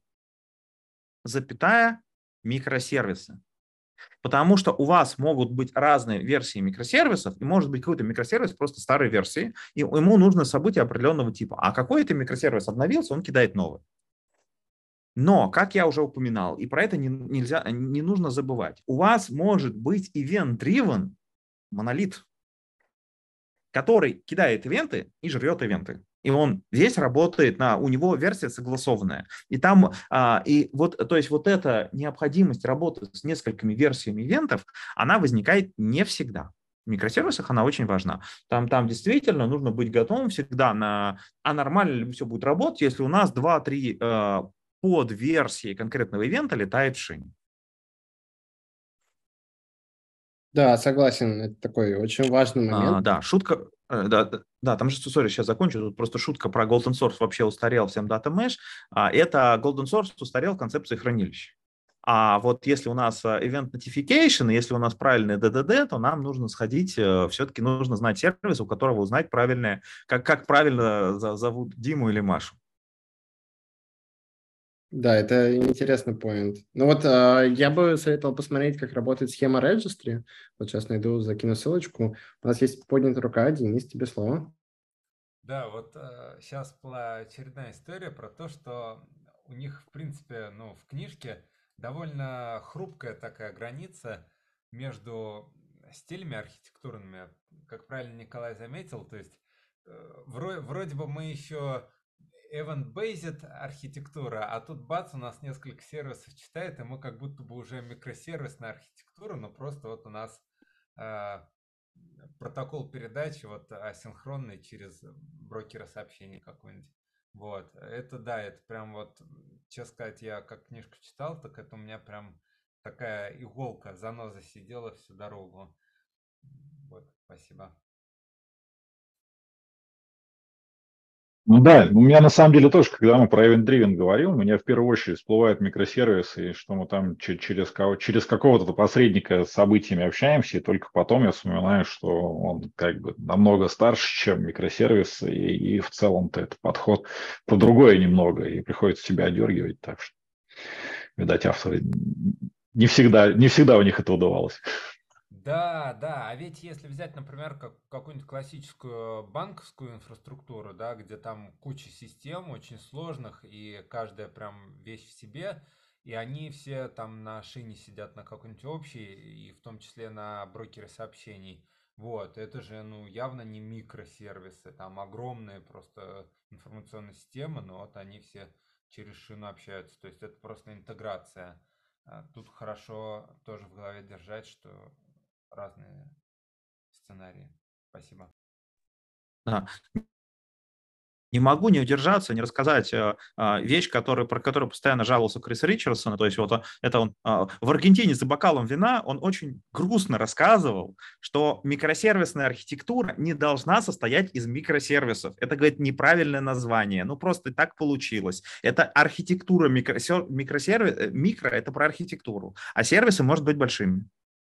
микросервисы. Потому что у вас могут быть разные версии микросервисов, и может быть какой-то микросервис просто старой версии, и ему нужно событие определенного типа. А какой-то микросервис обновился, он кидает новый. Но, как я уже упоминал, и про это не нужно забывать, у вас может быть event-driven монолит. который кидает ивенты и жрет ивенты. И он весь работает у него версия согласованная. И там, то есть вот эта необходимость работы с несколькими версиями ивентов, она возникает не всегда. В микросервисах она очень важна. Там действительно нужно быть готовым всегда а нормально ли все будет работать, если у нас 2-3 подверсии конкретного ивента летает в шине. Да, согласен, это такой очень важный момент. Да, шутка, да, там же, сори, сейчас закончу, тут просто шутка про Golden Source вообще устарел всем Data Mesh. Это Golden Source устарел в концепции хранилища. А вот если у нас Event Notification, если у нас правильный DDD, то нам нужно сходить, все-таки нужно знать сервис, у которого узнать правильное, как правильно зовут Диму или Машу. Да, это интересный поинт. Ну вот я бы советовал посмотреть, как работает схема Registry. Вот сейчас найду, закину ссылочку. У нас есть поднятая рука. Денис, тебе слово. Да, вот сейчас была очередная история про то, что у них, в принципе, ну, в книжке довольно хрупкая такая граница между стилями архитектурными, как правильно Николай заметил, то есть вроде бы мы еще event-based архитектура, а тут бац, у нас несколько сервисов читает, и мы как будто бы уже микросервисная архитектура, но просто вот у нас протокол передачи вот асинхронный через брокера сообщений какой-нибудь. Вот, это да, это прям вот, честно сказать, я как книжку читал, так это у меня прям такая иголка, заноза сидела всю дорогу. Вот, спасибо. Ну да, у меня на самом деле тоже, когда мы про Event Driven говорим, у меня в первую очередь всплывают микросервисы, и что мы там через какого-то посредника с событиями общаемся, и только потом я вспоминаю, что он как бы намного старше, чем микросервисы, и в целом-то это подход по другое немного, и приходится себя одергивать, так что, видать, авторы не всегда у них это удавалось. Да, да, а ведь если взять, например, какую-нибудь классическую банковскую инфраструктуру, да, где там куча систем очень сложных, и каждая прям вещь в себе, и они все там на шине сидят на какой-нибудь общей, и в том числе на брокере сообщений. Вот, это же, ну, явно не микросервисы, там огромные просто информационные системы, но вот они все через шину общаются, то есть это просто интеграция. Тут хорошо тоже в голове держать, что разные сценарии. Спасибо. Да. Не могу не удержаться, не рассказать вещь, про которую постоянно жаловался Крис Ричардсон. То есть вот это он в Аргентине за бокалом вина, он очень грустно рассказывал, что микросервисная архитектура не должна состоять из микросервисов. Это, говорит, неправильное название. Ну, просто так получилось. Это архитектура микросервис, микро – это про архитектуру, а сервисы могут быть большими.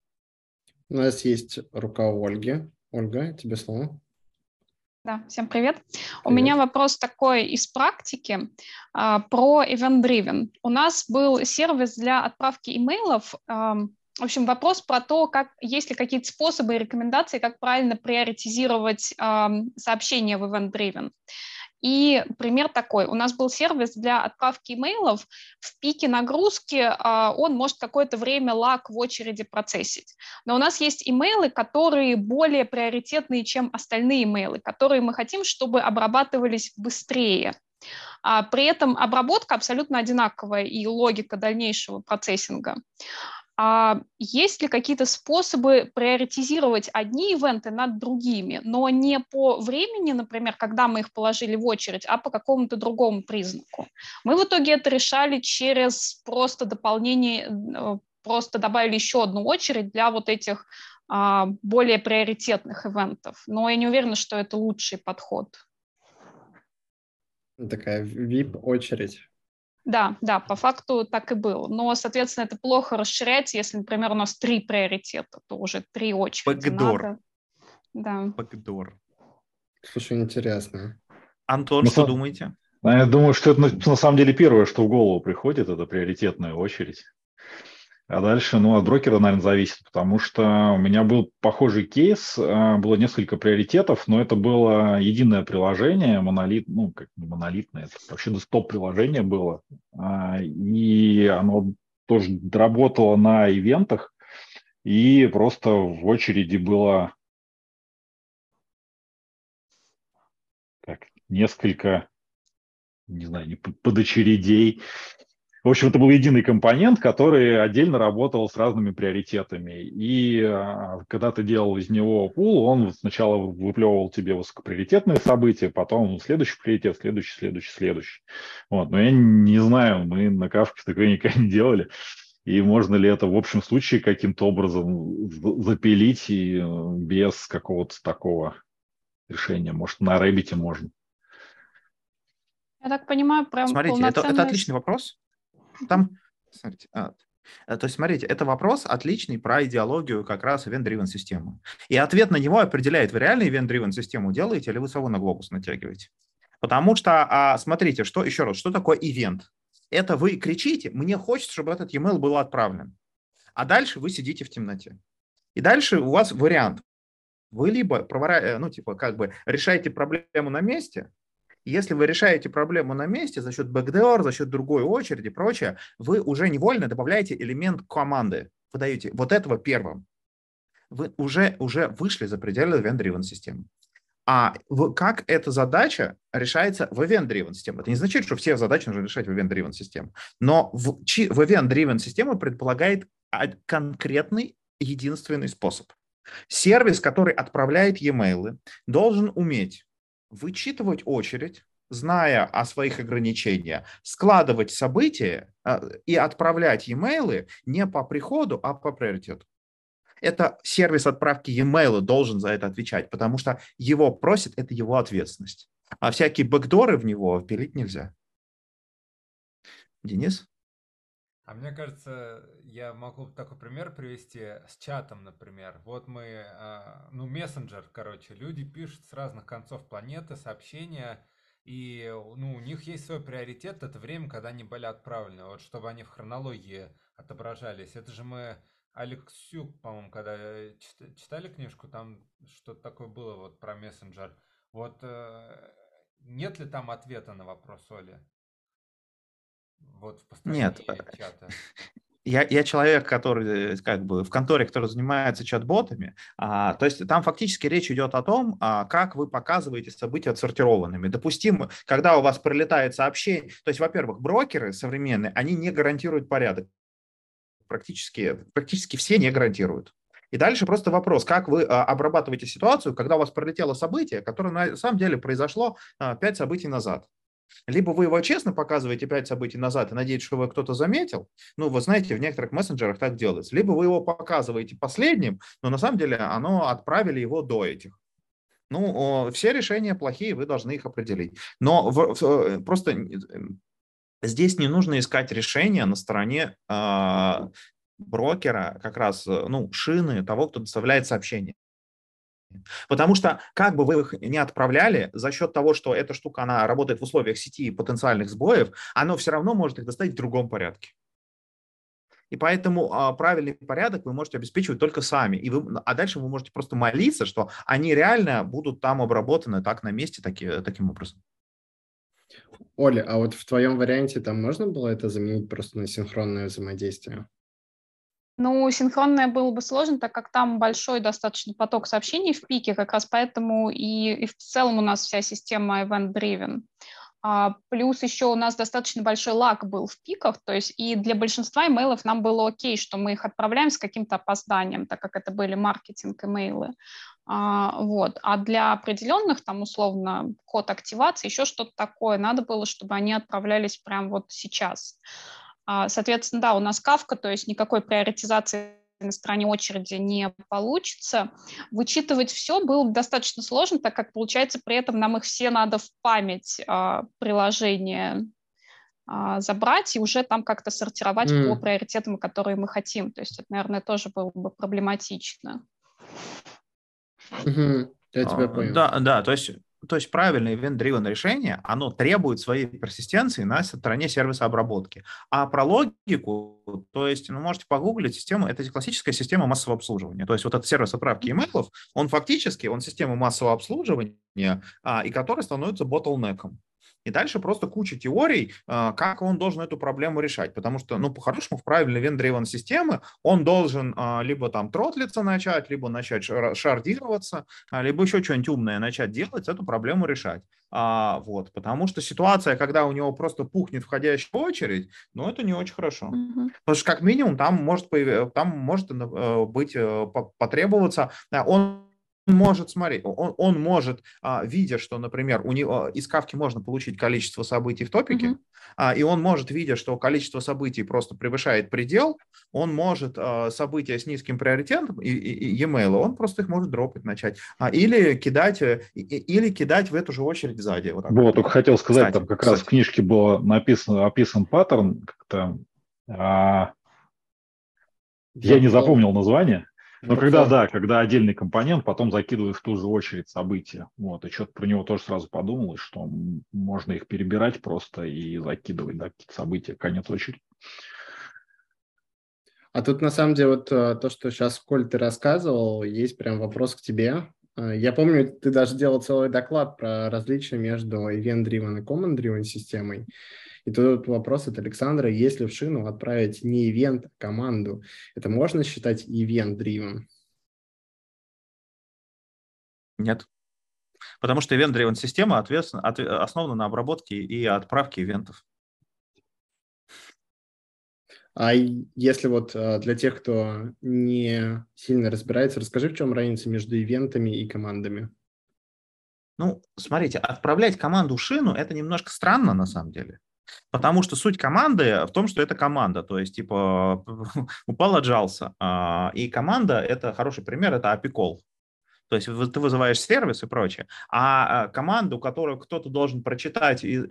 У нас есть рука Ольги. Ольга, тебе слово. Да, всем привет. У меня вопрос такой из практики про Event Driven. У нас был сервис для отправки имейлов. В общем, вопрос про то, есть ли какие-то способы и рекомендации, как правильно приоритизировать сообщения в Event Driven. И пример такой. У нас был сервис для отправки имейлов. В пике нагрузки он может какое-то время лаг в очереди процессить. Но у нас есть имейлы, которые более приоритетные, чем остальные имейлы, которые мы хотим, чтобы обрабатывались быстрее. При этом обработка абсолютно одинаковая и логика дальнейшего процессинга. Есть ли какие-то способы приоритизировать одни ивенты над другими, но не по времени, например, когда мы их положили в очередь, а по какому-то другому признаку? Мы в итоге это решали через просто дополнение, просто добавили еще одну очередь для вот этих более приоритетных ивентов. Но я не уверена, что это лучший подход. Такая VIP-очередь. Да, по факту так и было. Но, соответственно, это плохо расширяется, если, например, у нас 3 приоритета, то уже 3 очереди надо. Да. Бэкдор. Слушай, интересно. Антон, что думаете? Я думаю, что это на самом деле первое, что в голову приходит, это приоритетная очередь. А дальше, от брокера, наверное, зависит, потому что у меня был похожий кейс, было несколько приоритетов, но это было единое приложение, как не монолитное, это вообще топ-приложение было, и оно тоже работало на ивентах, и просто в очереди было как несколько, не знаю, подочередей. В общем, это был единый компонент, который отдельно работал с разными приоритетами. И когда ты делал из него пул, он сначала выплевывал тебе высокоприоритетные события, потом следующий приоритет, следующий. Вот. Но я не знаю, мы на Кафке такое никогда не делали. И можно ли это в общем случае каким-то образом запилить и без какого-то такого решения? Может, на Рэббите можно? Я так понимаю, прям Смотрите, это отличный вопрос. Там, смотрите, то есть, смотрите, это вопрос отличный про идеологию как раз event-driven системы. И ответ на него определяет, вы реально event-driven систему делаете или вы сову на глобус натягиваете. Потому что, смотрите, еще раз, что такое ивент? Это вы кричите, мне хочется, чтобы этот e-mail был отправлен. А дальше вы сидите в темноте. И дальше у вас вариант. Вы либо решаете проблему на месте. Если вы решаете проблему на месте за счет backdoor, за счет другой очереди и прочее, вы уже невольно добавляете элемент команды. Вы даете вот этого первым. Вы уже вышли за пределы event-driven системы. А как эта задача решается в event-driven системе? Это не значит, что все задачи нужно решать в event-driven системе. Но в event-driven система предполагает конкретный единственный способ. Сервис, который отправляет e-mail, должен уметь вычитывать очередь, зная о своих ограничениях, складывать события и отправлять e-mail не по приходу, а по приоритету. Это сервис отправки e-mail должен за это отвечать, потому что его просит, это его ответственность. А всякие бэкдоры в него впилить нельзя. Денис? А мне кажется, я могу такой пример привести с чатом, например. Вот мы, мессенджер, короче, люди пишут с разных концов планеты сообщения, и у них есть свой приоритет, это время, когда они были отправлены, вот чтобы они в хронологии отображались. Это же мы Алексюк, по-моему, когда читали книжку, там что-то такое было вот про мессенджер. Вот нет ли там ответа на вопрос Оли? Вот в построении чата. Я человек, который в конторе, который занимается чат-ботами, то есть там фактически речь идет о том, как вы показываете события отсортированными. Допустимо, когда у вас прилетает сообщение, то есть, во-первых, брокеры современные, они не гарантируют порядок. Практически все не гарантируют. И дальше просто вопрос, как вы обрабатываете ситуацию, когда у вас пролетело событие, которое на самом деле произошло 5 событий назад. Либо вы его честно показываете 5 событий назад и надеетесь, что его кто-то заметил. Вы знаете, в некоторых мессенджерах так делается. Либо вы его показываете последним, но на самом деле отправили его до этих. Все решения плохие, вы должны их определить. Но просто здесь не нужно искать решения на стороне брокера, как раз шины того, кто доставляет сообщение. Потому что как бы вы их не отправляли, за счет того, что эта штука, она работает в условиях сети и потенциальных сбоев, оно все равно может их доставить в другом порядке. И поэтому правильный порядок вы можете обеспечивать только сами. А дальше вы можете просто молиться, что они реально будут там обработаны так на месте, таким образом. Оля, а вот в твоем варианте там можно было это заменить просто на синхронное взаимодействие? Синхронное было бы сложно, так как там большой достаточно поток сообщений в пике, как раз поэтому и в целом у нас вся система event-driven. Плюс еще у нас достаточно большой лаг был в пиках, то есть и для большинства имейлов нам было окей, что мы их отправляем с каким-то опозданием, так как это были маркетинг-имейлы. А для определенных, там условно, код активации, еще что-то такое, надо было, чтобы они отправлялись прямо вот сейчас. Соответственно, да, у нас Kafka, то есть никакой приоритизации на стороне очереди не получится. Вычитывать все было достаточно сложно, так как, получается, при этом нам их все надо в память приложения забрать и уже там как-то сортировать по приоритетам, которые мы хотим. То есть это, наверное, тоже было бы проблематично. Я тебя понял. Да, то есть правильное event-driven решение, оно требует своей персистенции на стороне сервиса обработки. А про логику, то есть, можете погуглить систему, это классическая система массового обслуживания. То есть вот этот сервис отправки имейлов, он система массового обслуживания, и который становится bottleneck'ом. И дальше просто куча теорий, как он должен эту проблему решать. Потому что, ну, по-хорошему, в правильной event-driven системы он должен либо там тротлиться начать, либо начать шардироваться, либо еще что-нибудь умное начать делать, эту проблему решать. Вот, потому что ситуация, когда у него просто пухнет входящая очередь, ну, это не очень хорошо. Потому что, как минимум, там может быть потребоваться, он может, смотри, он может, видя, что, например, у него из Кафки можно получить количество событий в топике, и он может, видя, что количество событий просто превышает предел, он может события с низким приоритетом и e-mail, он просто их может дропать начать. Или кидать в эту же очередь сзади. Вот, только хотел сказать, там как раз в книжке был описан паттерн, как-то я не запомнил название. Но когда отдельный компонент потом закидывает в ту же очередь события. Вот, и что-то про него тоже сразу подумалось, что можно их перебирать просто и закидывать, да, какие-то события, конец очереди. А тут, на самом деле, вот то, что сейчас, Коль, ты рассказывал, есть прям вопрос к тебе. Я помню, ты даже делал целый доклад про различия между event-driven и command-driven системой. И тут вопрос от Александра: если в шину отправить не ивент, а команду, это можно считать event-driven? Нет. Потому что event-driven система основана на обработке и отправке ивентов. А если вот для тех, кто не сильно разбирается, расскажи, в чем разница между ивентами и командами? Ну, смотрите, отправлять команду в шину – это немножко странно на самом деле. Потому что суть команды в том, что это команда, то есть типа упал, отжался. И команда – это хороший пример, это API call. То есть ты вызываешь сервис и прочее, а команду, которую кто-то должен прочитать из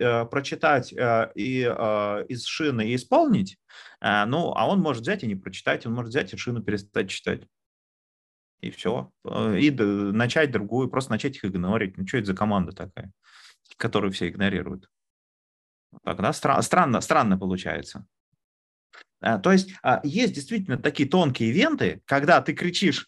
шины и исполнить, ну, а он может взять и не прочитать, он может взять и шину перестать читать. И все. И начать другую, просто начать их игнорить. Ну, что это за команда такая, которую все игнорируют? Тогда странно получается. То есть есть действительно такие тонкие ивенты, когда ты кричишь: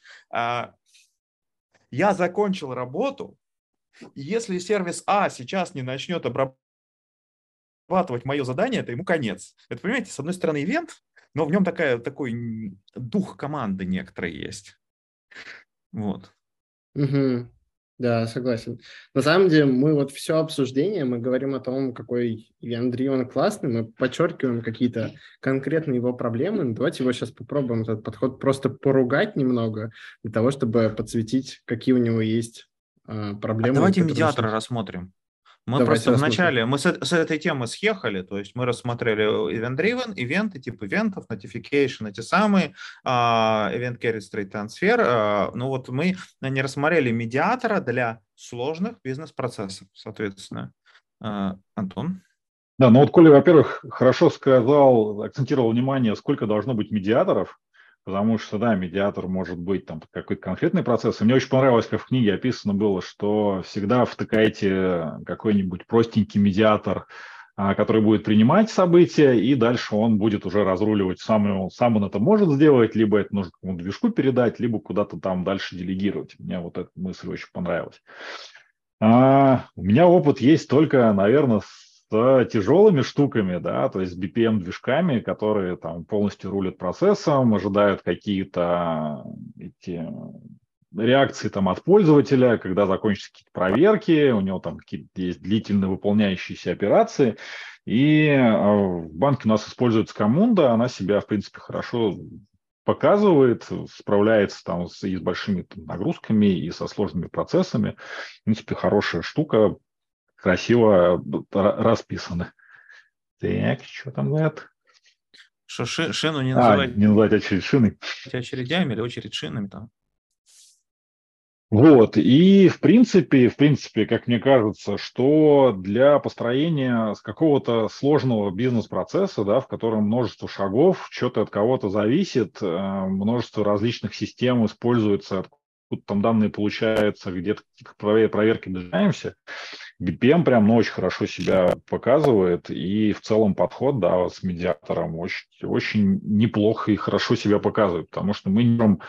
я закончил работу, если сервис А сейчас не начнет обрабатывать мое задание, это ему конец. Это, понимаете, с одной стороны ивент, но в нем такой дух команды некоторый есть. Вот. Угу. Да, согласен. На самом деле мы вот все обсуждение, мы говорим о том, какой event-driven классный, мы подчеркиваем какие-то конкретные его проблемы. Давайте его сейчас попробуем, этот подход, просто поругать немного, для того, чтобы подсветить, какие у него есть проблемы. Давайте медиатора рассмотрим. Мы просто вначале, мы с этой темы съехали, то есть мы рассмотрели event-driven, ивенты, тип ивентов, notification, эти самые, event carried straight transfer. Ну вот мы не рассмотрели медиатора для сложных бизнес-процессов, соответственно. Антон? Да, ну вот Коля, во-первых, хорошо сказал, акцентировал внимание, сколько должно быть медиаторов, потому что, да, медиатор может быть там какой-то конкретный процесс. И мне очень понравилось, как в книге описано было, что всегда втыкаете какой-нибудь простенький медиатор, который будет принимать события, и дальше он будет уже разруливать. Сам он это может сделать, либо это нужно какому-то движку передать, либо куда-то там дальше делегировать. Мне вот эта мысль очень понравилась. У меня опыт есть только, наверное, с тяжелыми штуками, да, то есть BPM-движками, которые там полностью рулят процессом, ожидают какие-то эти реакции там от пользователя, когда закончатся какие-то проверки, у него там какие-то есть длительно выполняющиеся операции, и в банке у нас используется команда, она себя, в принципе, хорошо показывает, справляется там и с большими нагрузками, и со сложными процессами. В принципе, хорошая штука, красиво расписаны. Так, что там говорят? Что шину не называть... Не называть очередь шиной. Очередями или очередь шинами там. Вот, и в принципе, как мне кажется, что для построения какого-то сложного бизнес-процесса, да, в котором множество шагов, что-то от кого-то зависит, множество различных систем используется, откуда там данные получаются, где-то какие-то проверки дожидаемся, BPM прям очень хорошо себя показывает, и в целом подход, да, с медиатором очень, очень неплохо и хорошо себя показывает, потому что мы не можем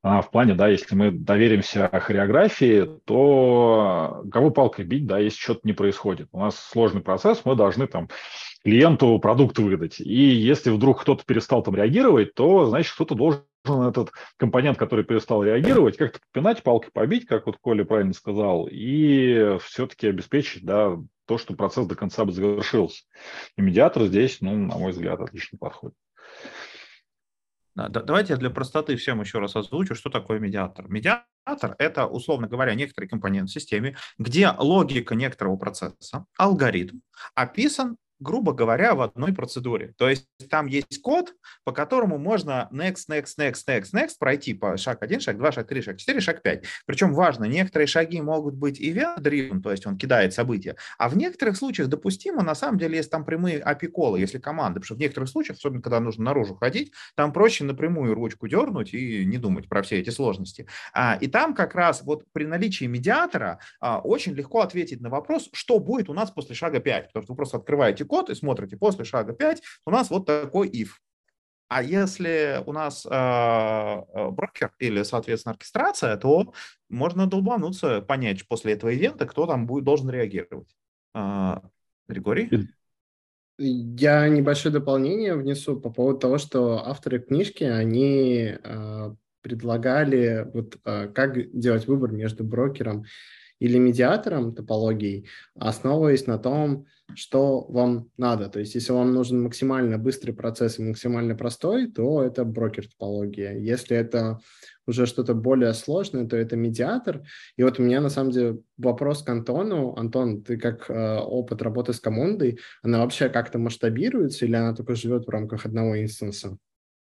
В плане, да, если мы доверимся хореографии, то кого палкой бить, да, если что-то не происходит. У нас сложный процесс, мы должны там клиенту продукт выдать. И если вдруг кто-то перестал там реагировать, то, значит, кто-то должен этот компонент, который перестал реагировать, как-то попинать, палкой побить, как вот Коля правильно сказал, и все-таки обеспечить, да, то, что процесс до конца бы завершился. И медиатор здесь, ну, на мой взгляд, отлично подходит. Давайте я для простоты всем еще раз озвучу, что такое медиатор. Медиатор – это, условно говоря, некоторый компонент в системе, где логика некоторого процесса, алгоритм, описан, грубо говоря, в одной процедуре. То есть там есть код, по которому можно next пройти по шаг 1, шаг 2, шаг 3, шаг 4, шаг 5. Причем важно, некоторые шаги могут быть event-driven, то есть он кидает события, а в некоторых случаях допустимо, на самом деле, если там прямые API-колы, если команды, потому что в некоторых случаях, особенно когда нужно наружу ходить, там проще напрямую ручку дернуть и не думать про все эти сложности. И там как раз вот при наличии медиатора очень легко ответить на вопрос, что будет у нас после шага 5, потому что вы просто открываете код и смотрите, после шага 5 у нас вот такой if. А если у нас брокер или, соответственно, оркестрация, то можно долбануться, понять после этого ивента, кто там должен реагировать. Григорий? Я небольшое дополнение внесу по поводу того, что авторы книжки, они предлагали, вот, как делать выбор между брокером или медиатором топологий, основываясь на том, что вам надо. То есть если вам нужен максимально быстрый процесс и максимально простой, то это брокер-топология. Если это уже что-то более сложное, то это медиатор. И вот у меня на самом деле вопрос к Антону. Антон, ты как опыт работы с командой, она вообще как-то масштабируется или она только живет в рамках одного инстанса?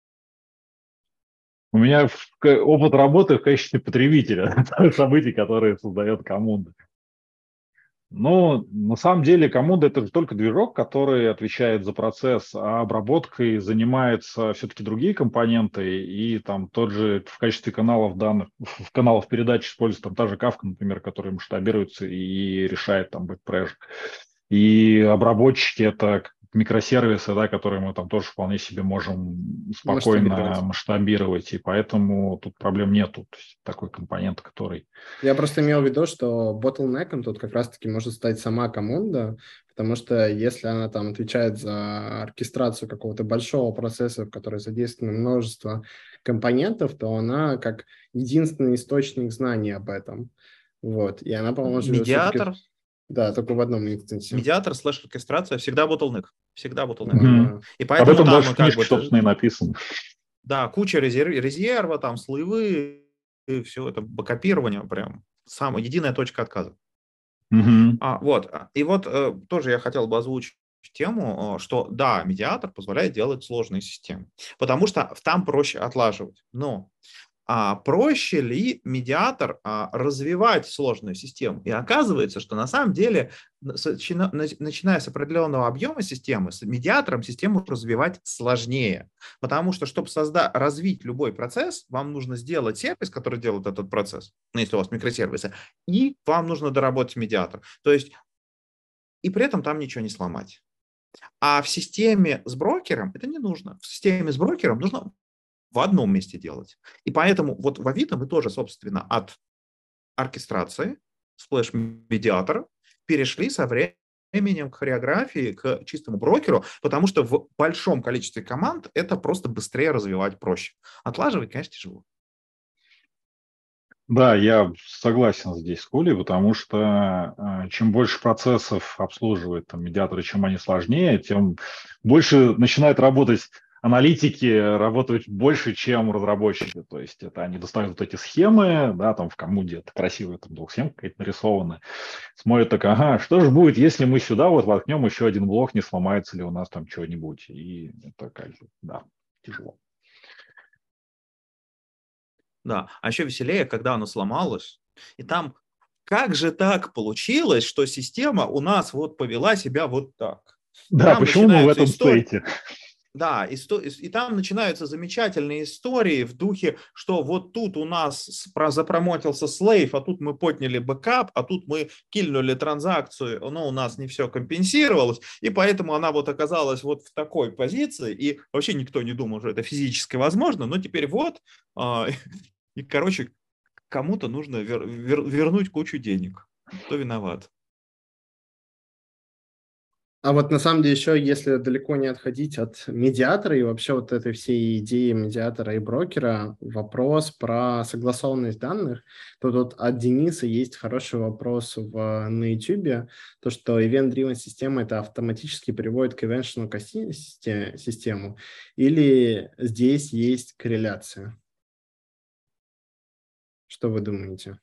У меня опыт работы в качестве потребителя событий, которые создает команда. Но на самом деле команда – это же только движок, который отвечает за процесс, а обработкой занимаются все-таки другие компоненты, и там тот же в качестве каналов данных, в каналов передач используется там та же Kafka, например, которая масштабируется и решает там backpressure. И обработчики – это микросервисы, да, которые мы там тоже вполне себе можем спокойно масштабировать, и поэтому тут проблем нету. То есть такой компонент, который... Я просто имел в виду, что bottleneck тут как раз-таки может стать сама команда, потому что если она там отвечает за оркестрацию какого-то большого процесса, в который задействовано множество компонентов, то она как единственный источник знаний об этом. Вот. И она, по-моему, медиатор. Да, только в одном инстансе. Медиатор /оркестрация всегда bottleneck. Всегда bottleneck. И поэтому об этом даже в книжке, собственно, и написано. Да, куча резерва, там слоевые, и все это копирование прям. Самая единая точка отказа. Вот. И вот тоже я хотел бы озвучить тему, что да, медиатор позволяет делать сложные системы, потому что там проще отлаживать. Но проще ли медиатор развивать сложную систему? И оказывается, что на самом деле, начиная с определенного объема системы, с медиатором систему развивать сложнее. Потому что, чтобы развить любой процесс, вам нужно сделать сервис, который делает этот процесс, ну, если у вас микросервисы, и вам нужно доработать медиатор. То есть, и при этом там ничего не сломать. А в системе с брокером это не нужно. В системе с брокером нужно в одном месте делать. И поэтому вот в Авито мы тоже, собственно, от оркестрации, сплэш-медиатора, перешли со временем к хореографии, к чистому брокеру, потому что в большом количестве команд это просто быстрее развивать проще. Отлаживать, конечно, тяжело. Да, я согласен здесь с Колей, потому что чем больше процессов обслуживает там, медиаторы, чем они сложнее, тем больше начинает работать аналитики, работают больше, чем разработчики. То есть это они достают вот эти схемы, да, там в команде это красивая там двухсхемка какая-то нарисована, смотрят так, ага, что же будет, если мы сюда вот воткнем еще один блок, не сломается ли у нас там что-нибудь. И это как бы, да, тяжело. Да, а еще веселее, когда оно сломалось, и там как же так получилось, что система у нас вот повела себя вот так. Да, там почему мы в этом стейте? Да, и там начинаются замечательные истории в духе, что вот тут у нас запромотился слейв, а тут мы подняли бэкап, а тут мы кильнули транзакцию, но у нас не все компенсировалось, и поэтому она вот оказалась вот в такой позиции, и вообще никто не думал, что это физически возможно, но теперь вот... И, короче, кому-то нужно вернуть кучу денег. Кто виноват? А вот на самом деле еще, если далеко не отходить от медиатора и вообще вот этой всей идеи медиатора и брокера, вопрос про согласованность данных, то тут от Дениса есть хороший вопрос на YouTube, то, что event-driven система это автоматически приводит к conventional систему, или здесь есть корреляция? Что вы думаете?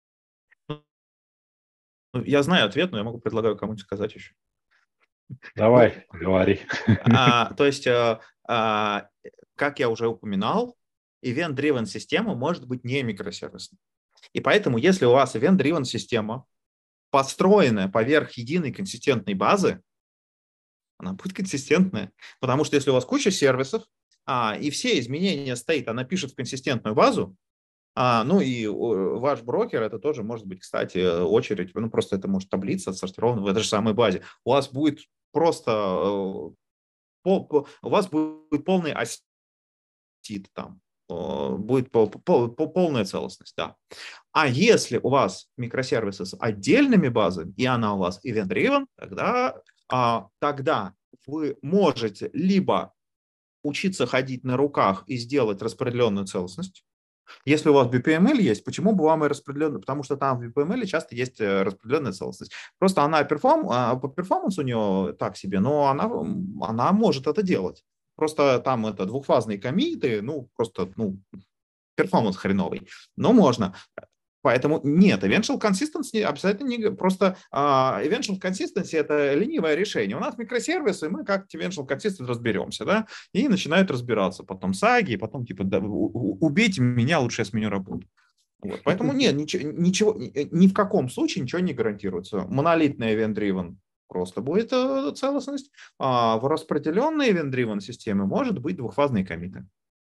Я знаю ответ, но я могу предлагаю кому-нибудь сказать еще. Давай, говори. То есть, как я уже упоминал, event-driven система может быть не микросервисной. И поэтому, если у вас event-driven система, построенная поверх единой консистентной базы, она будет консистентная. Потому что если у вас куча сервисов, и все изменения стоит, она пишет в консистентную базу, ну и ваш брокер, это тоже может быть, кстати, очередь, ну просто это может таблица отсортирована в этой же самой базе. У вас будет просто, у вас будет полный асид там, будет полная целостность, да. А если у вас микросервисы с отдельными базами, и она у вас event-driven, тогда вы можете либо учиться ходить на руках и сделать распределенную целостность. Если у вас BPML есть, почему бы вам и распределенная? Потому что там в BPML часто есть распределенная целостность. Просто она по перформансу у нее так себе, но она может это делать. Просто там это двухфазные коммиты, перформанс хреновый. Но можно. Поэтому нет, eventual consistency обязательно не... Просто eventual consistency – это ленивое решение. У нас микросервисы, мы как eventual consistency разберемся, да, и начинают разбираться. Потом саги, и потом типа да, убейте меня, лучше я сменю работу. Вот. Поэтому нет, ничего, ни в каком случае ничего не гарантируется. Монолитная event-driven просто будет целостность, а в распределенной event-driven системе может быть двухфазные коммиты.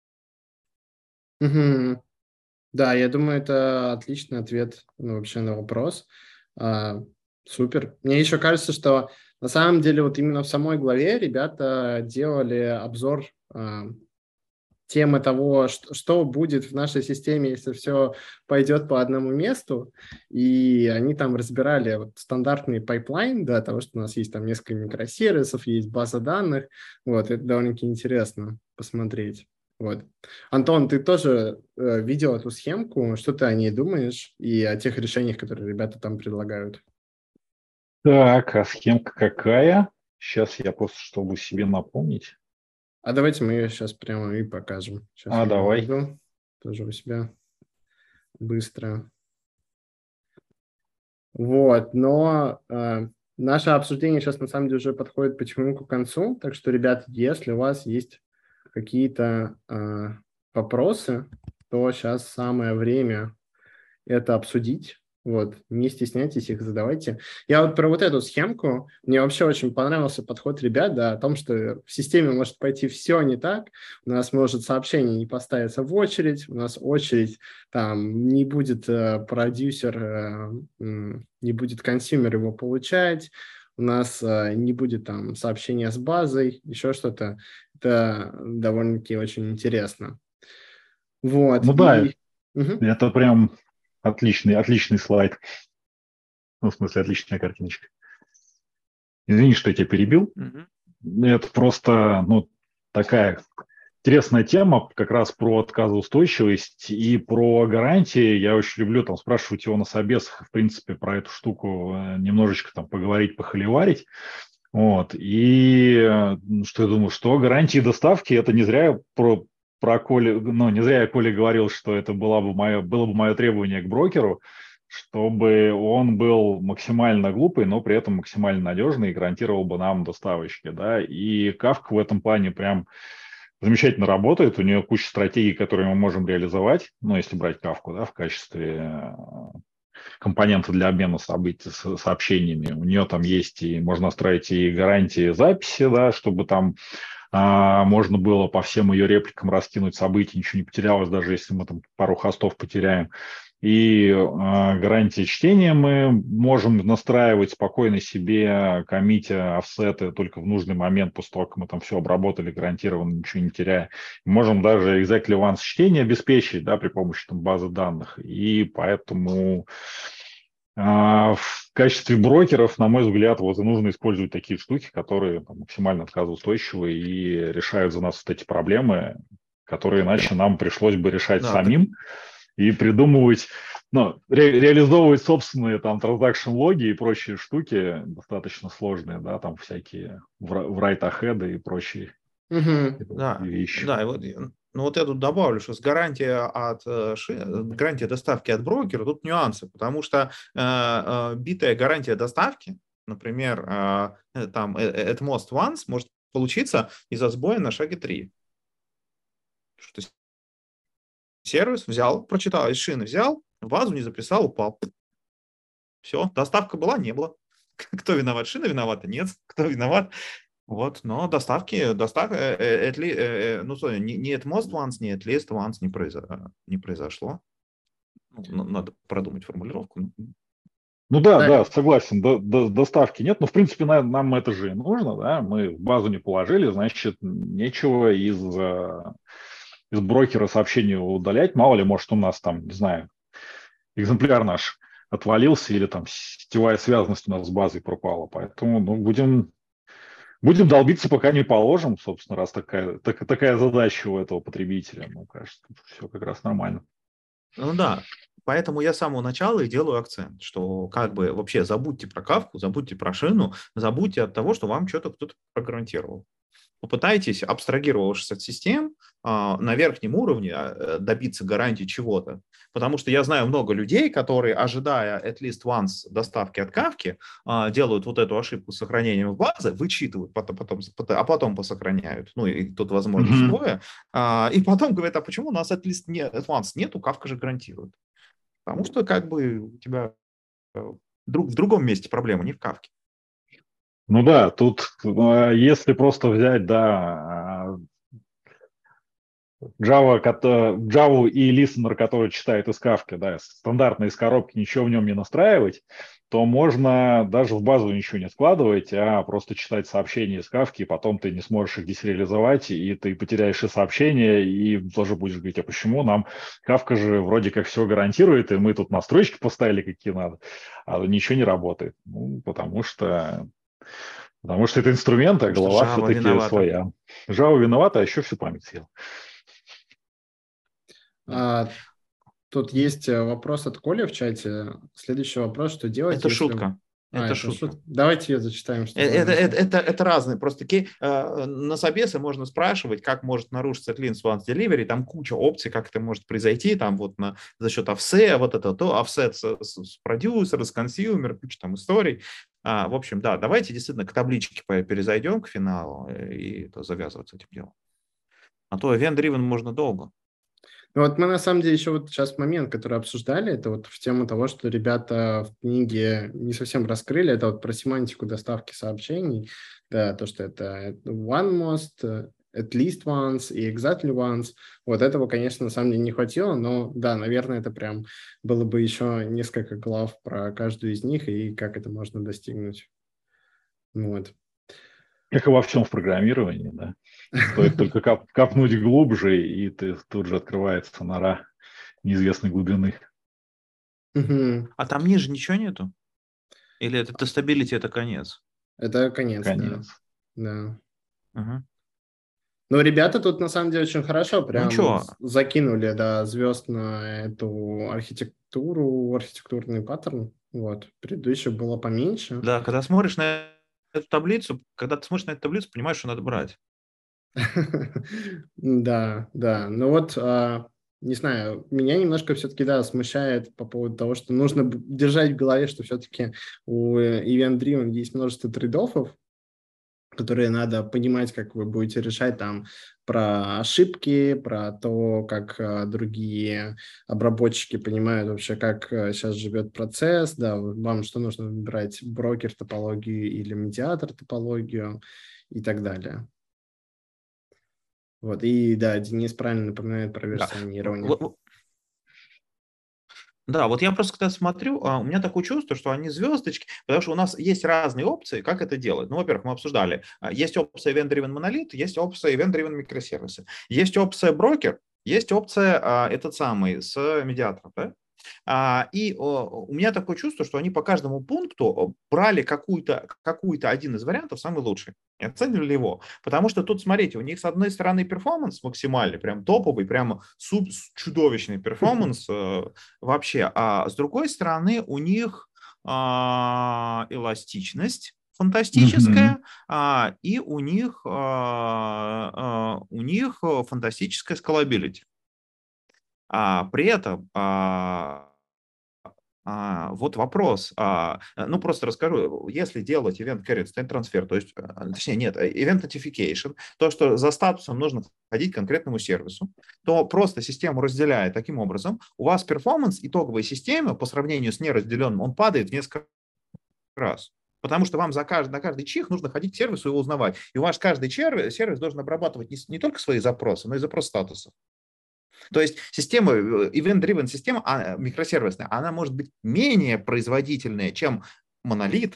Да, я думаю, это отличный ответ вообще на вопрос. Супер. Мне еще кажется, что на самом деле вот именно в самой главе ребята делали обзор темы того, что будет в нашей системе, если все пойдет по одному месту, и они там разбирали вот стандартный пайплайн, да, того, что у нас есть там несколько микросервисов, есть база данных, вот, это довольно-таки интересно посмотреть. Вот. Антон, ты тоже видел эту схемку, что ты о ней думаешь и о тех решениях, которые ребята там предлагают? Так, а схемка какая? Сейчас я просто, чтобы себе напомнить. А давайте мы ее сейчас прямо и покажем. Сейчас я давай. найду тоже у себя быстро. Вот, но наше обсуждение сейчас на самом деле уже подходит потихоньку к концу, так что, ребят, если у вас есть какие-то вопросы, то сейчас самое время это обсудить. Вот, не стесняйтесь их, задавайте. Я вот про вот эту схемку, мне вообще очень понравился подход ребят, да, о том, что в системе может пойти все не так, у нас может сообщение не поставиться в очередь, у нас очередь, там, не будет продюсер, не будет консюмер его получать, у нас не будет там сообщения с базой, еще что-то. Это довольно-таки очень интересно. Вот. Ну да, это прям отличный слайд. Ну, в смысле, отличная картиночка. Извини, что я тебя перебил. Это просто, такая интересная тема, как раз про отказоустойчивость и про гарантии. Я очень люблю там спрашивать его на собесах, в принципе, про эту штуку немножечко там поговорить, похоливарить. Вот. И что я думаю, что гарантии доставки, это не зря про Коли, не зря я Коле говорил, что это было бы мое требование к брокеру, чтобы он был максимально глупый, но при этом максимально надежный и гарантировал бы нам доставочки, да. И Kafka в этом плане прям замечательно работает. У нее куча стратегий, которые мы можем реализовать, если брать Kafka, да, в качестве компонента для обмена сообщениями. У нее там есть и можно настроить и гарантии записи, да, чтобы там можно было по всем ее репликам раскинуть события, ничего не потерялось, даже если мы там пару хостов потеряем. И гарантии чтения мы можем настраивать спокойно себе, коммитя офсеты только в нужный момент, после того, как мы там все обработали, гарантированно, ничего не теряя. Можем даже exactly once чтение обеспечить, да, при помощи там, базы данных. И поэтому в качестве брокеров, на мой взгляд, вот и нужно использовать такие штуки, которые там, максимально отказоустойчивы и решают за нас вот эти проблемы, которые иначе нам пришлось бы решать самим. И придумывать, реализовывать собственные там транзакшн-логи и прочие штуки достаточно сложные, да, там всякие write-ahead и прочие вещи. Да, и вот, вот я тут добавлю, что с гарантия доставки от брокера тут нюансы, потому что битая гарантия доставки, например, там at most once может получиться из-за сбоя на шаге 3. Что сервис взял, прочитал, из шины взял, в базу не записал, упал. Все, доставка была, не было. Кто виноват? Шина виновата? Нет. Кто виноват? Вот, но не at most once, не at least once не произошло. Надо продумать формулировку. Ну да, согласен, доставки нет, но в принципе нам это же и нужно, да, мы в базу не положили, значит, нечего из брокера сообщения удалять, мало ли, может, у нас там, не знаю, экземпляр наш отвалился или там сетевая связанность у нас с базой пропала, поэтому будем долбиться, пока не положим, собственно, раз такая задача у этого потребителя, кажется, все как раз нормально. Ну да, поэтому я с самого начала и делаю акцент, что как бы вообще забудьте про Кафку, забудьте про шину, забудьте от того, что вам что-то кто-то прогарантировал. Попытайтесь, абстрагировавшись от систем, на верхнем уровне добиться гарантии чего-то. Потому что я знаю много людей, которые, ожидая at least once доставки от Кафки, делают вот эту ошибку с сохранением в базе, вычитывают, а потом посохраняют. Ну, и тут возможность сбоя. И потом говорят, а почему у нас at least once нету, Кафка же гарантирует. Потому что как бы у тебя в другом месте проблема, не в Кафке. Ну да, тут если просто взять, да, Java и listener, который читает из Kafka, да, стандартно из коробки, ничего в нем не настраивать, то можно даже в базу ничего не складывать, а просто читать сообщения из Kafka, и потом ты не сможешь их десериализовать, и ты потеряешь и сообщения, и тоже будешь говорить, а почему нам Kafka же вроде как все гарантирует, и мы тут настройки поставили какие надо, а ничего не работает. Потому что это инструмент, а голова все-таки своя. Java виновата, а еще всю память съел. Тут есть вопрос от Коли в чате. Следующий вопрос, что делать? Это шутка. Это шутка. Давайте ее зачитаем. Это разные. Просто на собесе можно спрашивать, как может нарушиться Clean Once Delivery. Там куча опций, как это может произойти. Там вот за счет offset, вот это то, offset с продюсера, с консюмера, куча там историй. В общем, да, давайте действительно к табличке перезайдем к финалу и завязывать с этим делом. А то event-driven можно долго. Вот мы на самом деле еще вот сейчас момент, который обсуждали, это вот в тему того, что ребята в книге не совсем раскрыли, это вот про семантику доставки сообщений, да, то, что это one most, at least once и exactly once. Вот этого, конечно, на самом деле не хватило, но да, наверное, это прям было бы еще несколько глав про каждую из них и как это можно достигнуть. Вот. Как и во всем в программировании, да. Стоит только копнуть глубже, и тут же открывается нора неизвестной глубины. А там ниже ничего нету? Или это тестабилити, это конец? Это конец. Да. Но ребята тут на самом деле очень хорошо прям закинули, да, звезд на эту архитектурный паттерн. Вот. Предыдущее было поменьше. Да, когда ты смотришь на эту таблицу, понимаешь, что надо брать. Да. Ну вот, не знаю, меня немножко все-таки, да, смущает по поводу того, что нужно держать в голове, что все-таки у Event Driven есть множество трейд-оффов, которые надо понимать, как вы будете решать там про ошибки, про то, как другие обработчики понимают вообще, как сейчас живет процесс, да, вам что нужно выбирать, брокер-топологию или медиатор-топологию и так далее. Вот, и да, Денис правильно напоминает про версионирование. Да, вот я просто когда смотрю, у меня такое чувство, что они звездочки, потому что у нас есть разные опции, как это делать. Ну, во-первых, мы обсуждали, есть опция Event-Driven Monolith, есть опция Event-Driven микросервисы, есть опция брокер, есть опция этот самый с медиатором, да? И у меня такое чувство, что они по каждому пункту брали какую-то один из вариантов, самый лучший, и оценивали его. Потому что тут, смотрите, у них с одной стороны перформанс максимальный, прям топовый, прямо чудовищный перформанс вообще, а с другой стороны у них эластичность Мгм. фантастическая, и у них фантастическая scalability. При этом вот вопрос. Ну, просто расскажу. Если делать event carried state transfer, то есть, точнее, нет, event notification, то, что за статусом нужно ходить к конкретному сервису, то просто систему разделяет таким образом. У вас перформанс итоговой системы по сравнению с неразделенным, он падает в несколько раз. Потому что вам на каждый чих нужно ходить к сервису и его узнавать. И ваш каждый сервис должен обрабатывать не только свои запросы, но и запрос статусов. То есть система, event-driven система, микросервисная, она может быть менее производительная, чем монолит.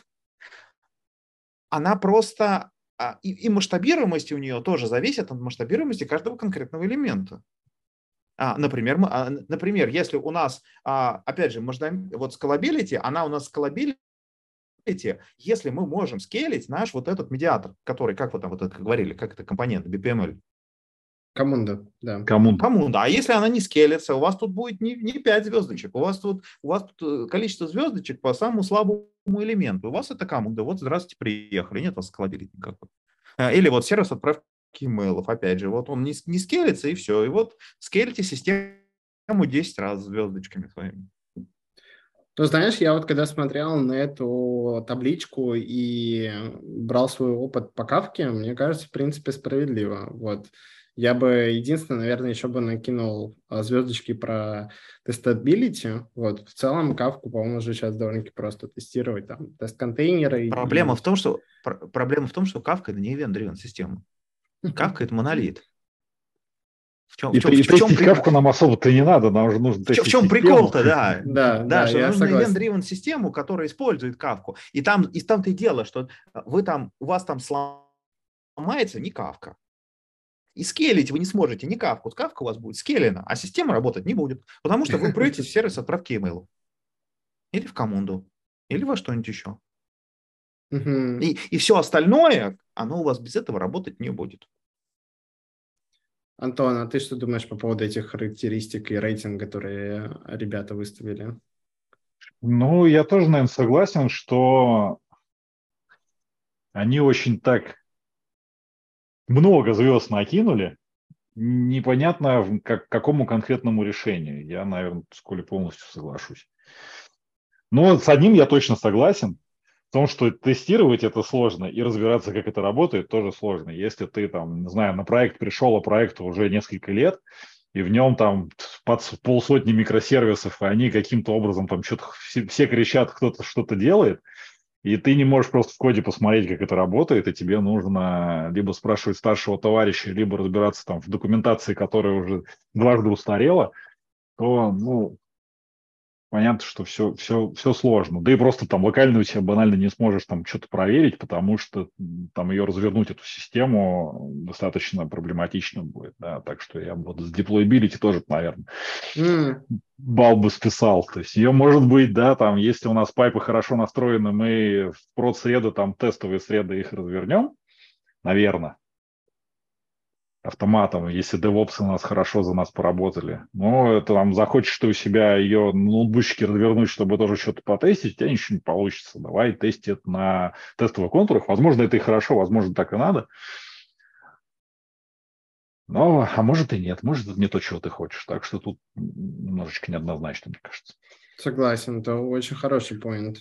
Она просто... И масштабируемость у нее тоже зависит от масштабируемости каждого конкретного элемента. Например, если у нас, опять же, вот scalability, она у нас scalability, если мы можем скейлить наш вот этот медиатор, который, как вы там вот это говорили, как это компонент BPML. Коммунда, да. Коммунда. А если она не скелется, у вас тут будет не 5 звездочек, у вас тут количество звездочек по самому слабому элементу. У вас это коммунда. Вот, здравствуйте, приехали. Нет у вас скалабилити никакой. Или вот сервис отправки имейлов. Опять же, вот он не скелится, и все. И вот скелите систему 10 раз звездочками своими. Ну, знаешь, я вот когда смотрел на эту табличку и брал свой опыт по Кафке, мне кажется, в принципе, справедливо. Вот. Я бы, единственное, наверное, еще бы накинул звездочки про тестабилити. Вот. В целом, Кафку, по-моему, уже сейчас довольно-таки просто тестировать. Там тест-контейнеры. Проблема в том, что Kafka – это не event-driven система. Kafka – это монолит. И тестить Кафку нам особо-то не надо, нам уже нужно тестить систему. В чем прикол-то, да. Да, что я нужно согласен. event-driven систему, которая использует Кафку. И там-то и дело, что у вас там сломается не Кафка. И скейлить вы не сможете не Кафку. Кафка у вас будет скейлена, а система работать не будет. Потому что вы прете в сервис отправки имейлов. Или в коммунду. Или во что-нибудь еще. И все остальное, оно у вас без этого работать не будет. Антон, а ты что думаешь по поводу этих характеристик и рейтинга, которые ребята выставили? Ну, я тоже, наверное, согласен, что они очень так много звезд накинули, непонятно к какому конкретному решению. Я, наверное, с Колей полностью соглашусь. Но с одним я точно согласен. В том, что тестировать это сложно и разбираться, как это работает, тоже сложно. Если ты там, не знаю, на проект пришел, а проекту уже несколько лет, и в нем там под полсотни микросервисов, и они каким-то образом там что-то все кричат, кто-то что-то делает, и ты не можешь просто в коде посмотреть, как это работает, и тебе нужно либо спрашивать старшего товарища, либо разбираться там в документации, которая уже дважды устарела, то, ну, понятно, что все сложно. Да и просто там локально у себя банально не сможешь там что-то проверить, потому что там ее развернуть, эту систему, достаточно проблематично будет. Да? Так что я вот с deployability тоже, наверное, балл бы списал. То есть ее может быть, да, там, если у нас пайпы хорошо настроены, мы в прод-среды, там, тестовые среды их развернем, наверное, автоматом, если DevOps у нас хорошо за нас поработали. Но это там захочешь ты у себя ее на ноутбучке развернуть, чтобы тоже что-то потестить, у тебя ничего не получится. Давай тести это на тестовых контурах. Возможно, это и хорошо, возможно, так и надо. Но, а может и нет. Может, это не то, чего ты хочешь. Так что тут немножечко неоднозначно, мне кажется. Согласен, это очень хороший поинт.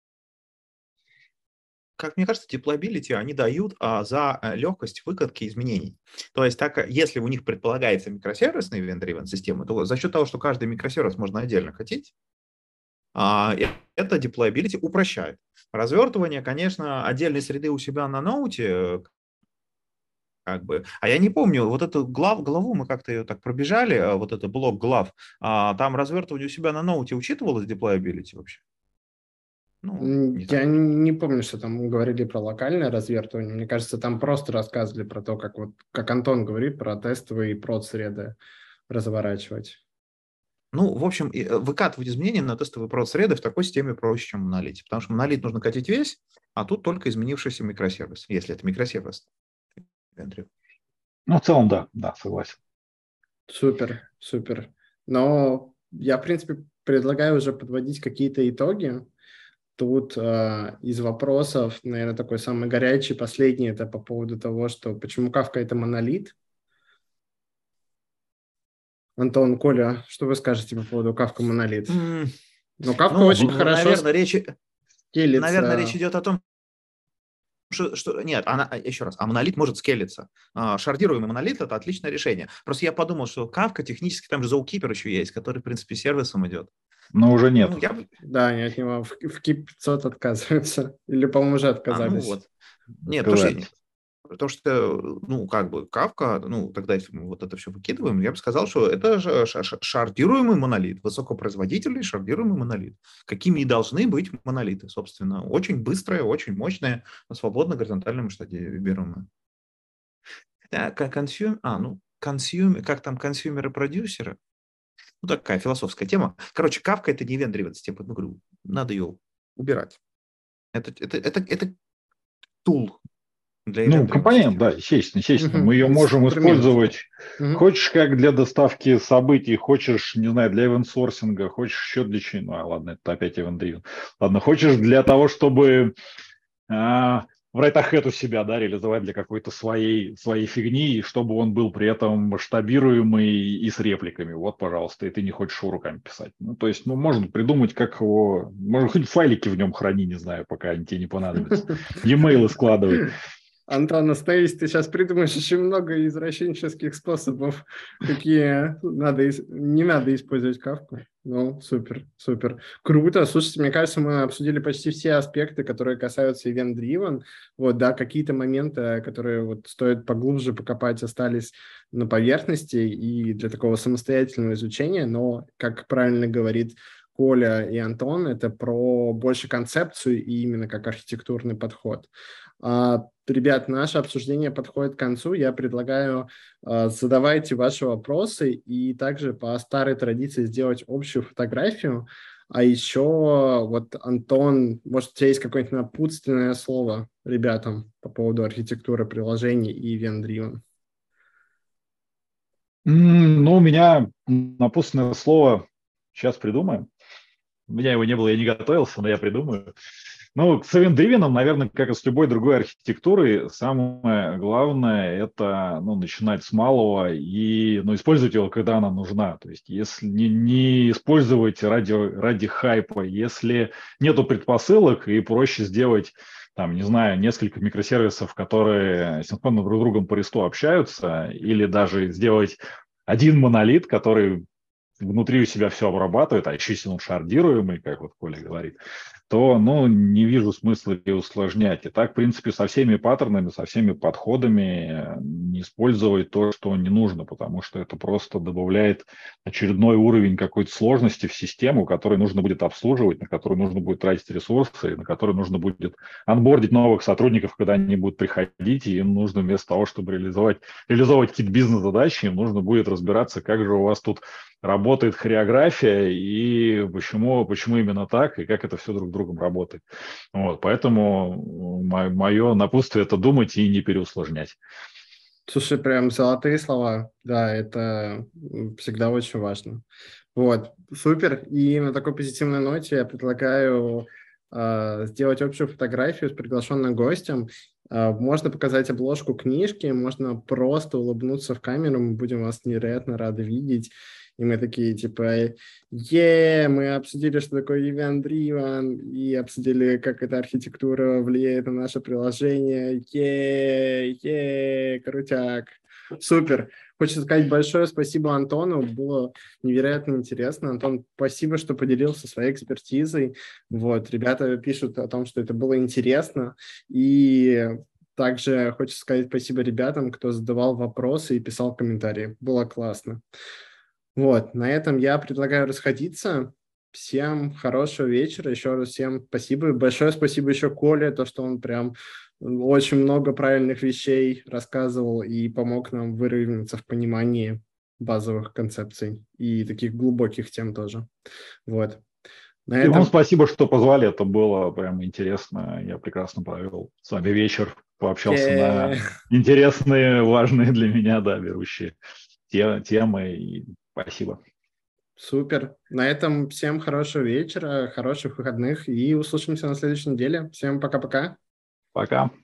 Как мне кажется, deployability они дают за легкость выкатки изменений. То есть, если у них предполагается микросервисная event-driven система, то за счет того, что каждый микросервис можно отдельно хотеть, это deployability упрощает. Развертывание, конечно, отдельной среды у себя на ноуте, Как бы. А я не помню, вот эту главу мы как-то ее так пробежали, вот это блок глав, там развертывание у себя на ноуте учитывалось deployability вообще? Ну, не Я так. не помню, что там говорили про локальное развертывание. Мне кажется, там просто рассказывали про то, как вот, как Антон говорит, про тестовые и прод-среды разворачивать. Ну, в общем, выкатывать изменения на тестовые прод-среды в такой системе проще, чем в монолите, потому что монолит нужно катить весь, а тут только изменившийся микросервис, если это микросервис. Ну, в целом, да, согласен. Супер, супер. Но я, в принципе, предлагаю уже подводить какие-то итоги. Тут из вопросов, наверное, такой самый горячий, последний, это по поводу того, что почему Kafka это монолит. Антон, Коля, что вы скажете по поводу Kafka монолит? Ну, Kafka очень хорошо наверное, речь идет о том, нет, еще раз, монолит может скелиться. Шардируемый монолит – это отличное решение. Просто я подумал, что Kafka технически, там же Zookeeper еще есть, который, в принципе, сервисом идет. Но уже нет. Да, они от него в KIP-500 отказываются. Или, по-моему, уже отказались. Вот. Нет, потому что, Kafka, тогда если мы вот это все выкидываем, я бы сказал, что это же шардируемый монолит, высокопроизводительный шардируемый монолит. Какими и должны быть монолиты, собственно. Очень быстрые, очень мощные, свободно горизонтально масштабируемые. Как там консюмеры-продюсеры? Ну, такая философская тема. Короче, Kafka это не event-driven система. Говорю, надо ее убирать. Это тул. Компонент, да, естественно. Мы ее можем использовать. Хочешь как для доставки событий, хочешь, не знаю, для ивент-сорсинга, хочешь еще для чего. Ладно, это опять event-driven. Ладно, хочешь для того, чтобы в Right-Ahead у себя, да, реализовать для какой-то своей фигни, и чтобы он был при этом масштабируемый и с репликами. Вот, пожалуйста, и ты не хочешь его руками писать. Ну, то есть, можно придумать, как его... Можно хоть файлики в нем храни, не знаю, пока они тебе не понадобятся. E-mail складывать. Антон, остановись, ты сейчас придумаешь очень много извращенческих способов, какие не надо использовать Kafka. Ну, супер, супер. Круто. Слушайте, мне кажется, мы обсудили почти все аспекты, которые касаются event-driven. Вот, да, какие-то моменты, которые вот стоит поглубже покопать, остались на поверхности и для такого самостоятельного изучения, но, как правильно говорит Коля и Антон, это про больше концепцию и именно как архитектурный подход. Ребят, наше обсуждение подходит к концу. Я предлагаю задавайте ваши вопросы и также по старой традиции сделать общую фотографию. А еще вот, Антон, может, у тебя есть какое-нибудь напутственное слово ребятам по поводу архитектуры приложений и event-driven? Ну, у меня напутственное слово, сейчас придумаем. У меня его не было, я не готовился, но я придумаю. Ну, с event-driven, наверное, как и с любой другой архитектурой, самое главное – это начинать с малого и использовать его, когда она нужна. То есть, если не использовать ради хайпа, если нету предпосылок и проще сделать, там, не знаю, несколько микросервисов, которые синхронно друг с другом по ресту общаются, или даже сделать один монолит, который внутри у себя все обрабатывает, а еще если он шардируемый, как вот Коля говорит, то, не вижу смысла ее усложнять. И так, в принципе, со всеми паттернами, со всеми подходами не использовать то, что не нужно, потому что это просто добавляет очередной уровень какой-то сложности в систему, который нужно будет обслуживать, на который нужно будет тратить ресурсы, на который нужно будет онбордить новых сотрудников, когда они будут приходить, и им нужно вместо того, чтобы реализовать какие-то бизнес-задачи, им нужно будет разбираться, как же у вас тут работает хореография и почему именно так, и как это все друг с другом работает. Вот, поэтому мое напутствие – это думать и не переусложнять. Слушай, прям золотые слова. Да, это всегда очень важно. Вот, супер. И на такой позитивной ноте я предлагаю сделать общую фотографию с приглашенным гостем. Можно показать обложку книжки, можно просто улыбнуться в камеру, мы будем вас невероятно рады видеть. И мы такие, типа, мы обсудили, что такое event-driven, и обсудили, как эта архитектура влияет на наше приложение. Крутяк. Супер. Хочется сказать большое спасибо Антону, было невероятно интересно. Антон, спасибо, что поделился своей экспертизой. Вот, ребята пишут о том, что это было интересно, и Также хочется сказать спасибо ребятам, кто задавал вопросы и писал комментарии. Было классно. Вот, на этом я предлагаю расходиться. Всем хорошего вечера. Еще раз всем спасибо. И большое спасибо еще Коле, то, что он прям очень много правильных вещей рассказывал и помог нам выровняться в понимании базовых концепций и таких глубоких тем тоже. Вот. И вам спасибо, что позвали. Это было прям интересно. Я прекрасно провел с вами вечер. Пообщался на интересные, важные для меня, да, берущие темы. И спасибо. Супер. На этом всем хорошего вечера, хороших выходных и услышимся на следующей неделе. Всем пока-пока. Пока.